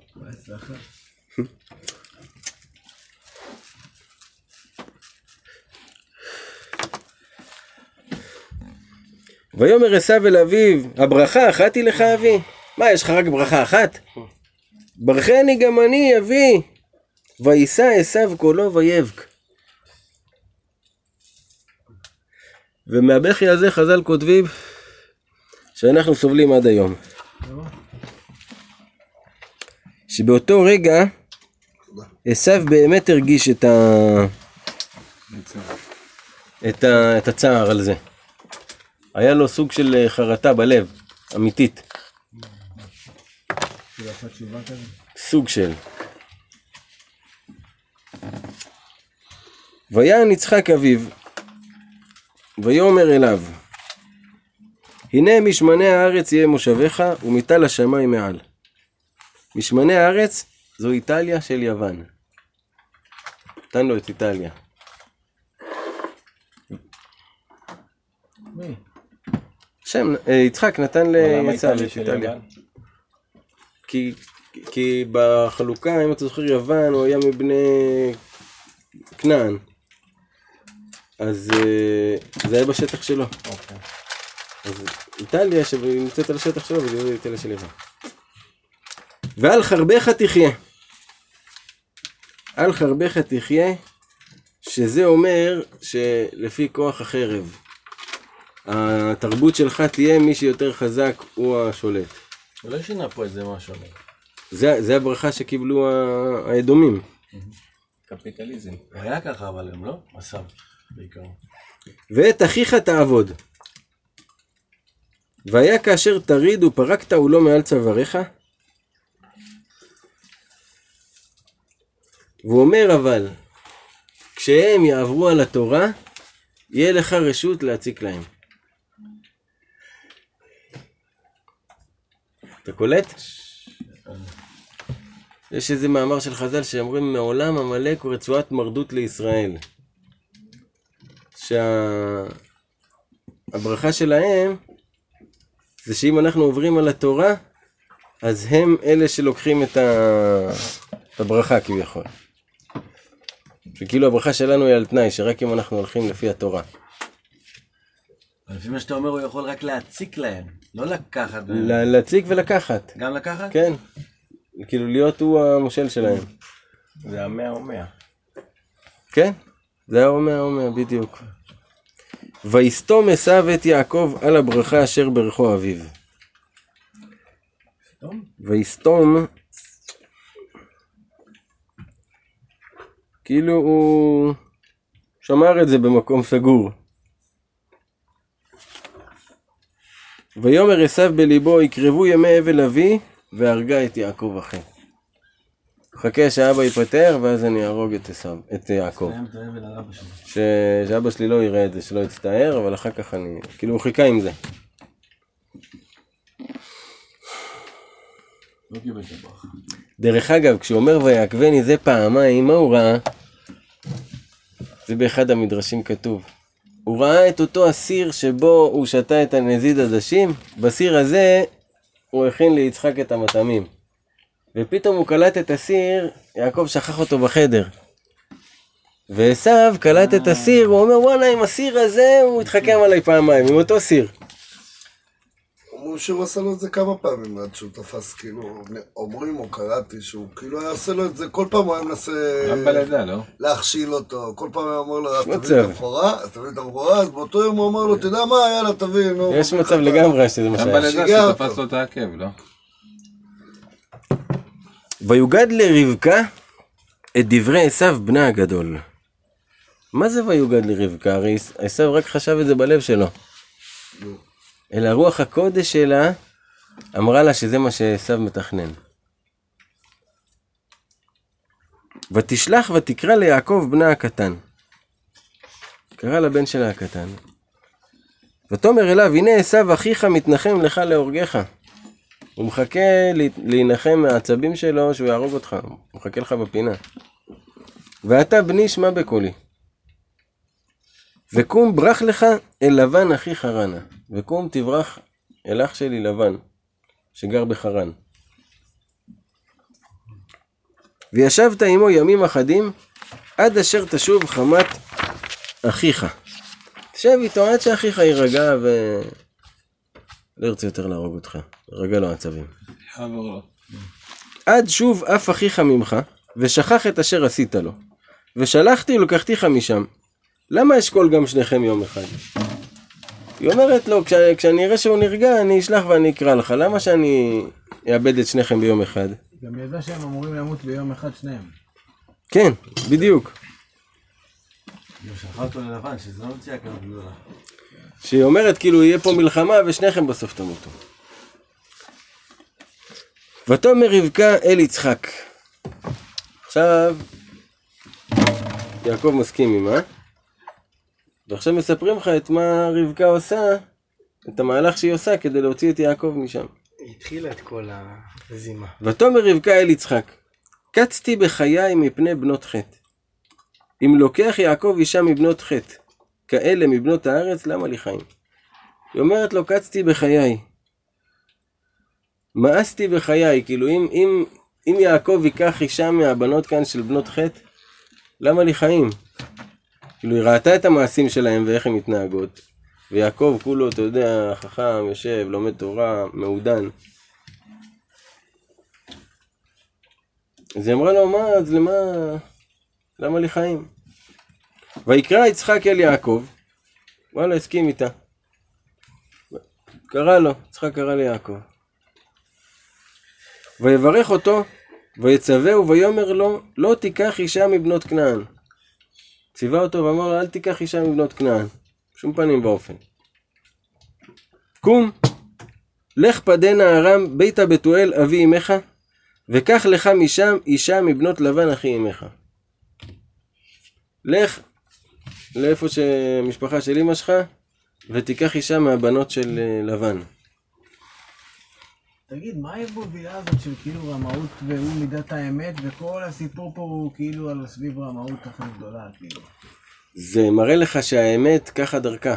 ויאמר עשיו אל אביו, הברכה אחת היא לך אבי? מה, יש לך רק ברכה אחת? ברכני גם אני אבי. וישא עשיו קולו ויבק. ומהבכי הזה חז"ל כותבים שאנחנו סובלים עד היום. שבאותו רגע עשיו באמת הרגיש את ה... את ה... את הצער על זה. היה לו סוג של חרטה בלב, אמיתית. סוג של. ויען יצחק אביו, ויאמר אליו, הנה משמני הארץ יהיה מושבך, ומטל השמיים מעל. משמני הארץ זו איטליה של יוון. נתן לו את איטליה. מי? שם, יצחק נתן לעשיו את איטליה. כי כי בחלוקה, אם אתה זוכר יוון, הוא היה מבני כנען. אז זה היה בשטח שלו. אוקיי. אז איטליה שנמצאת על השטח שלו, וזה איטליה של יוון. ועל חרבך תחיה. על חרבך תחיה, שזה אומר שלפי כוח החרב, התרבות שלך תהיה מי שיותר חזק הוא השולט. אולי שינה פה איזה משהו. זה, זה הברכה שקיבלו האדומים. קפיטליזם. הוא היה ככה, אבל הם לא? מסב, בעיקר. ואת אחיך תעבוד. והיה כאשר תריד ופרקת הוא לא מעל צוואריך. והוא אומר אבל, כשהם יעברו על התורה, יהיה לך רשות להציק להם. אתה קולט? יש איזה מאמר של חז"ל שאומרים, מעולם עמלק הוא רצועת מרדות לישראל. שהברכה שלהם זה שאם אנחנו עוברים על התורה, אז הם אלה שלוקחים את, ה... את הברכה כביכול. שכאילו הברכה שלנו היא על תנאי, שרק אם אנחנו הולכים לפי התורה. לפי מה שאתה אומר, הוא יכול רק להציק להם, לא לקחת. לה, להציק ולקחת. גם לקחת? כן. כאילו להיות הוא המושל שלהם. זה המאה או מאה. כן, זה המאה או מאה, בדיוק. ויסתום עשיו את יעקב על הברכה אשר ברכו אביו. ויסתום, כאילו הוא שמר את זה במקום סגור. ויאמר עשיו בליבו, יקרבו ימי אבל אבי, והרגה את יעקב אחי. חכה שהאבא ייפטר, ואז אני אהרוג את עשיו, את יעקב. ש... שאבא שלי לא יראה את זה, שלא יצטער, אבל אחר כך אני... כאילו הוא חיכה עם זה. דרך אגב, כשהוא אומר ויעקבני זה פעמיים, מה הוא ראה? זה באחד המדרשים כתוב. הוא ראה את אותו הסיר שבו הוא שתה את הנזיד עדשים, בסיר הזה הוא הכין ליצחק את המטעמים. ופתאום הוא קלט את הסיר, יעקב שכח אותו בחדר. ועשיו קלט את הסיר, הוא אומר וואלה עם הסיר הזה הוא התחכם עליי פעמיים, עם אותו סיר. אומרים שהוא עשה לו את זה כמה פעמים עד שהוא תפס, כאילו, אומרים או קראתי שהוא כאילו היה עושה לו את זה, כל פעם הוא היה מנסה גם בלידה, לא? להכשיל אותו, כל פעם הוא אומר לו, אז תביא את הבכורה, אז תביא את הבכורה, אז באותו יום הוא אומר לו, תדע מה, יאללה תביא, נו. יש מצב לגמרי שזה מה גם שהיה. בלידה שתפס לו את העקב, לא? ויוגד לרבקה את דברי עשיו בנה הגדול. מה זה ויוגד לרבקה? הרי עשיו רק חשב את זה בלב שלו. אלא רוח הקודש שלה אמרה לה שזה מה שעשיו מתכנן. ותשלח ותקרא ליעקב בנה הקטן. קרא לבן שלה הקטן. ותאמר אליו, הנה עשיו אחיך מתנחם לך להורגך. הוא מחכה להינחם מהעצבים שלו שהוא יהרוג אותך. הוא מחכה לך בפינה. ואתה בני שמע בקולי. וקום ברח לך אל לבן אחי חרנה. וקום תברח אל אח שלי לבן, שגר בחרן. וישבת עמו ימים אחדים, עד אשר תשוב חמת אחיך. תשב איתו עד שאחיך יירגע ו... לא ירצה יותר להרוג אותך. רגע לו עצבים. יעבור לו. עד שוב אף אחיך ממך, ושכח את אשר עשית לו. ושלחתי ולקחתיך משם. למה אשכול גם שניכם יום אחד? היא אומרת לו, כש, כשאני אראה שהוא נרגע, אני אשלח ואני אקרא לך. למה שאני אאבד את שניכם ביום אחד? גם ידע שהם אמורים למות ביום אחד שניהם. כן, בדיוק. הוא שלחה אותו ללבן, שזה לא מציע כמה גדולה. שהיא אומרת, כאילו, יהיה פה מלחמה ושניכם בסוף תמותו. ותאמר רבקה אל יצחק. עכשיו, יעקב מסכים עם מה? ועכשיו מספרים לך את מה רבקה עושה, את המהלך שהיא עושה כדי להוציא את יעקב משם. היא התחילה את כל הזימה. ותאמר רבקה אל יצחק, קצתי בחיי מפני בנות חטא. אם לוקח יעקב אישה מבנות חטא, כאלה מבנות הארץ, למה לי חיים? היא אומרת לו, קצתי בחיי. מאסתי בחיי, כאילו אם, אם אם יעקב ייקח אישה מהבנות כאן של בנות חטא, למה לי חיים? כאילו היא ראתה את המעשים שלהם ואיך הן מתנהגות, ויעקב כולו, אתה יודע, חכם, יושב, לומד תורה, מעודן. אז היא אמרה לו, מה, אז למה, למה לי חיים? ויקרא יצחק אל יעקב, וואלה, הסכים איתה. קרא לו, יצחק קרא ליעקב. ויברך אותו, ויצווהו ויאמר לו, לא תיקח אישה מבנות כנען. ציווה אותו ואמר לו, אל תיקח אישה מבנות כנען. שום פנים באופן. קום, לך פדנה ארם ביתה בתואל אבי אמך, וקח לך משם אישה מבנות לבן אחי אמך. לך לאיפה שמשפחה של אמא שלך, ותיקח אישה מהבנות של לבן. תגיד, מה ההבדלה הזאת של כאילו רמאות והוא מידת האמת, וכל הסיפור פה הוא כאילו על סביב רמאות ככה גדולה, כאילו. זה מראה לך שהאמת ככה דרכה.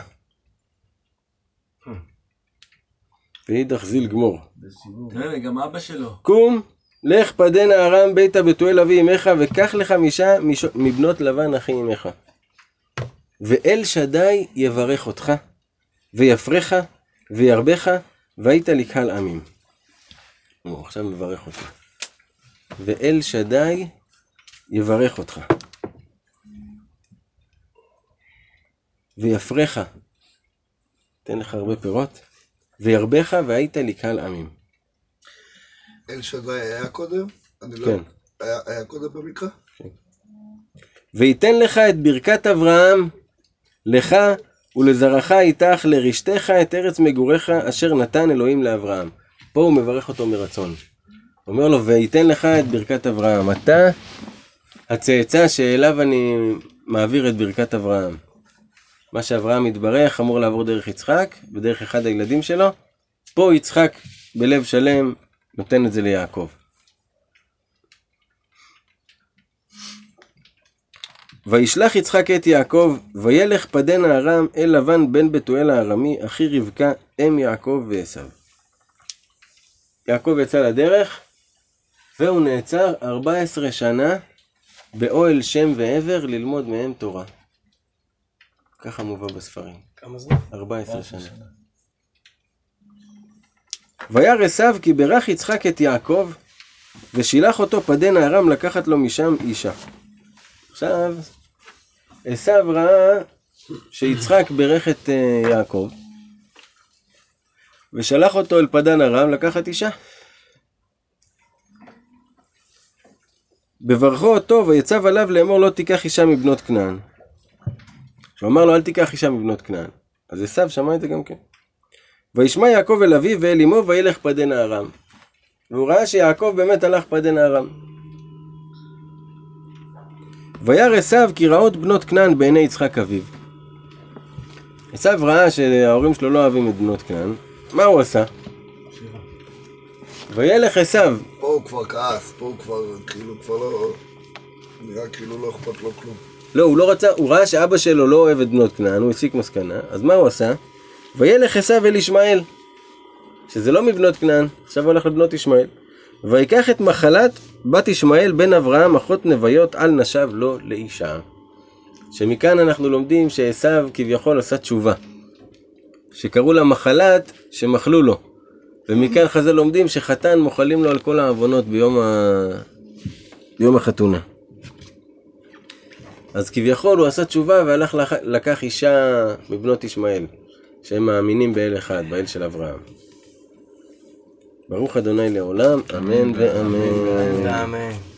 ואידך זיל גמור. תראה, גם אבא שלו. קום, לך פדנה ארם ביתה בתואל אבי אמך, וקח לך משם מבנות לבן אחי אמך. ואל שדי יברך אותך, ויפרך, וירבך, והיית לקהל עמים. הוא עכשיו מברך אותך. ואל שדי יברך אותך. ויפרך, תן לך הרבה פירות, וירבך, והיית לקהל עמים. אל שדי היה קודם? אני לא... כן. היה, היה קודם במקרא? כן. ויתן לך את ברכת אברהם, לך ולזרעך איתך לרשתך את ארץ מגוריך אשר נתן אלוהים לאברהם. פה הוא מברך אותו מרצון. הוא אומר לו, ויתן לך את ברכת אברהם. אתה הצאצא שאליו אני מעביר את ברכת אברהם. מה שאברהם מתברך אמור לעבור דרך יצחק, בדרך אחד הילדים שלו. פה יצחק בלב שלם נותן את זה ליעקב. וישלח יצחק את יעקב, וילך פדנה ארם אל לבן בן בתואל הארמי, אחי רבקה, אם יעקב ועשיו. יעקב יצא לדרך, והוא נעצר ארבע עשרה שנה באוהל שם ועבר ללמוד מהם תורה. ככה מובא בספרים. כמה זמן? ארבע עשרה שנה. וירא עשיו כי ברך יצחק את יעקב, ושילח אותו פדנה ארם לקחת לו משם אישה. עכשיו, עשיו ראה שיצחק ברך את יעקב, ושלח אותו אל פדן ארם לקחת אישה. בברכו אותו ויצב עליו לאמור לא תיקח אישה מבנות כנען. שהוא אמר לו אל תיקח אישה מבנות כנען. אז עשיו שמע את זה גם כן. וישמע יעקב אל אביו ואל אמו וילך פדן ארם. והוא ראה שיעקב באמת הלך פדן ארם. וירא עשיו כי רעות בנות כנען בעיני יצחק אביו. עשיו ראה שההורים שלו לא אוהבים את בנות כנען. מה הוא עשה? וילך עשיו. פה הוא כבר כעס, פה הוא כבר כאילו כבר לא... נראה כאילו לא אכפת לו כלום. לא, הוא לא רצה, הוא ראה שאבא שלו לא אוהב את בנות כנען, הוא הסיק מסקנה. אז מה הוא עשה? וילך עשיו אל ישמעאל, שזה לא מבנות כנען, עכשיו הוא הולך לבנות ישמעאל. ויקח את מחלת בת ישמעאל בן אברהם אחות נוויות על נשב לו לאישה. שמכאן אנחנו לומדים שעשיו כביכול עשה תשובה. שקראו לה מחלת שמחלו לו. ומכאן חז"ל לומדים שחתן מוחלים לו על כל העוונות ביום, ה... ביום החתונה. אז כביכול הוא עשה תשובה והלך לח... לקח אישה מבנות ישמעאל. שהם מאמינים באל אחד, באל של אברהם. ברוך אדוני לעולם, אמן ואמן. אמן.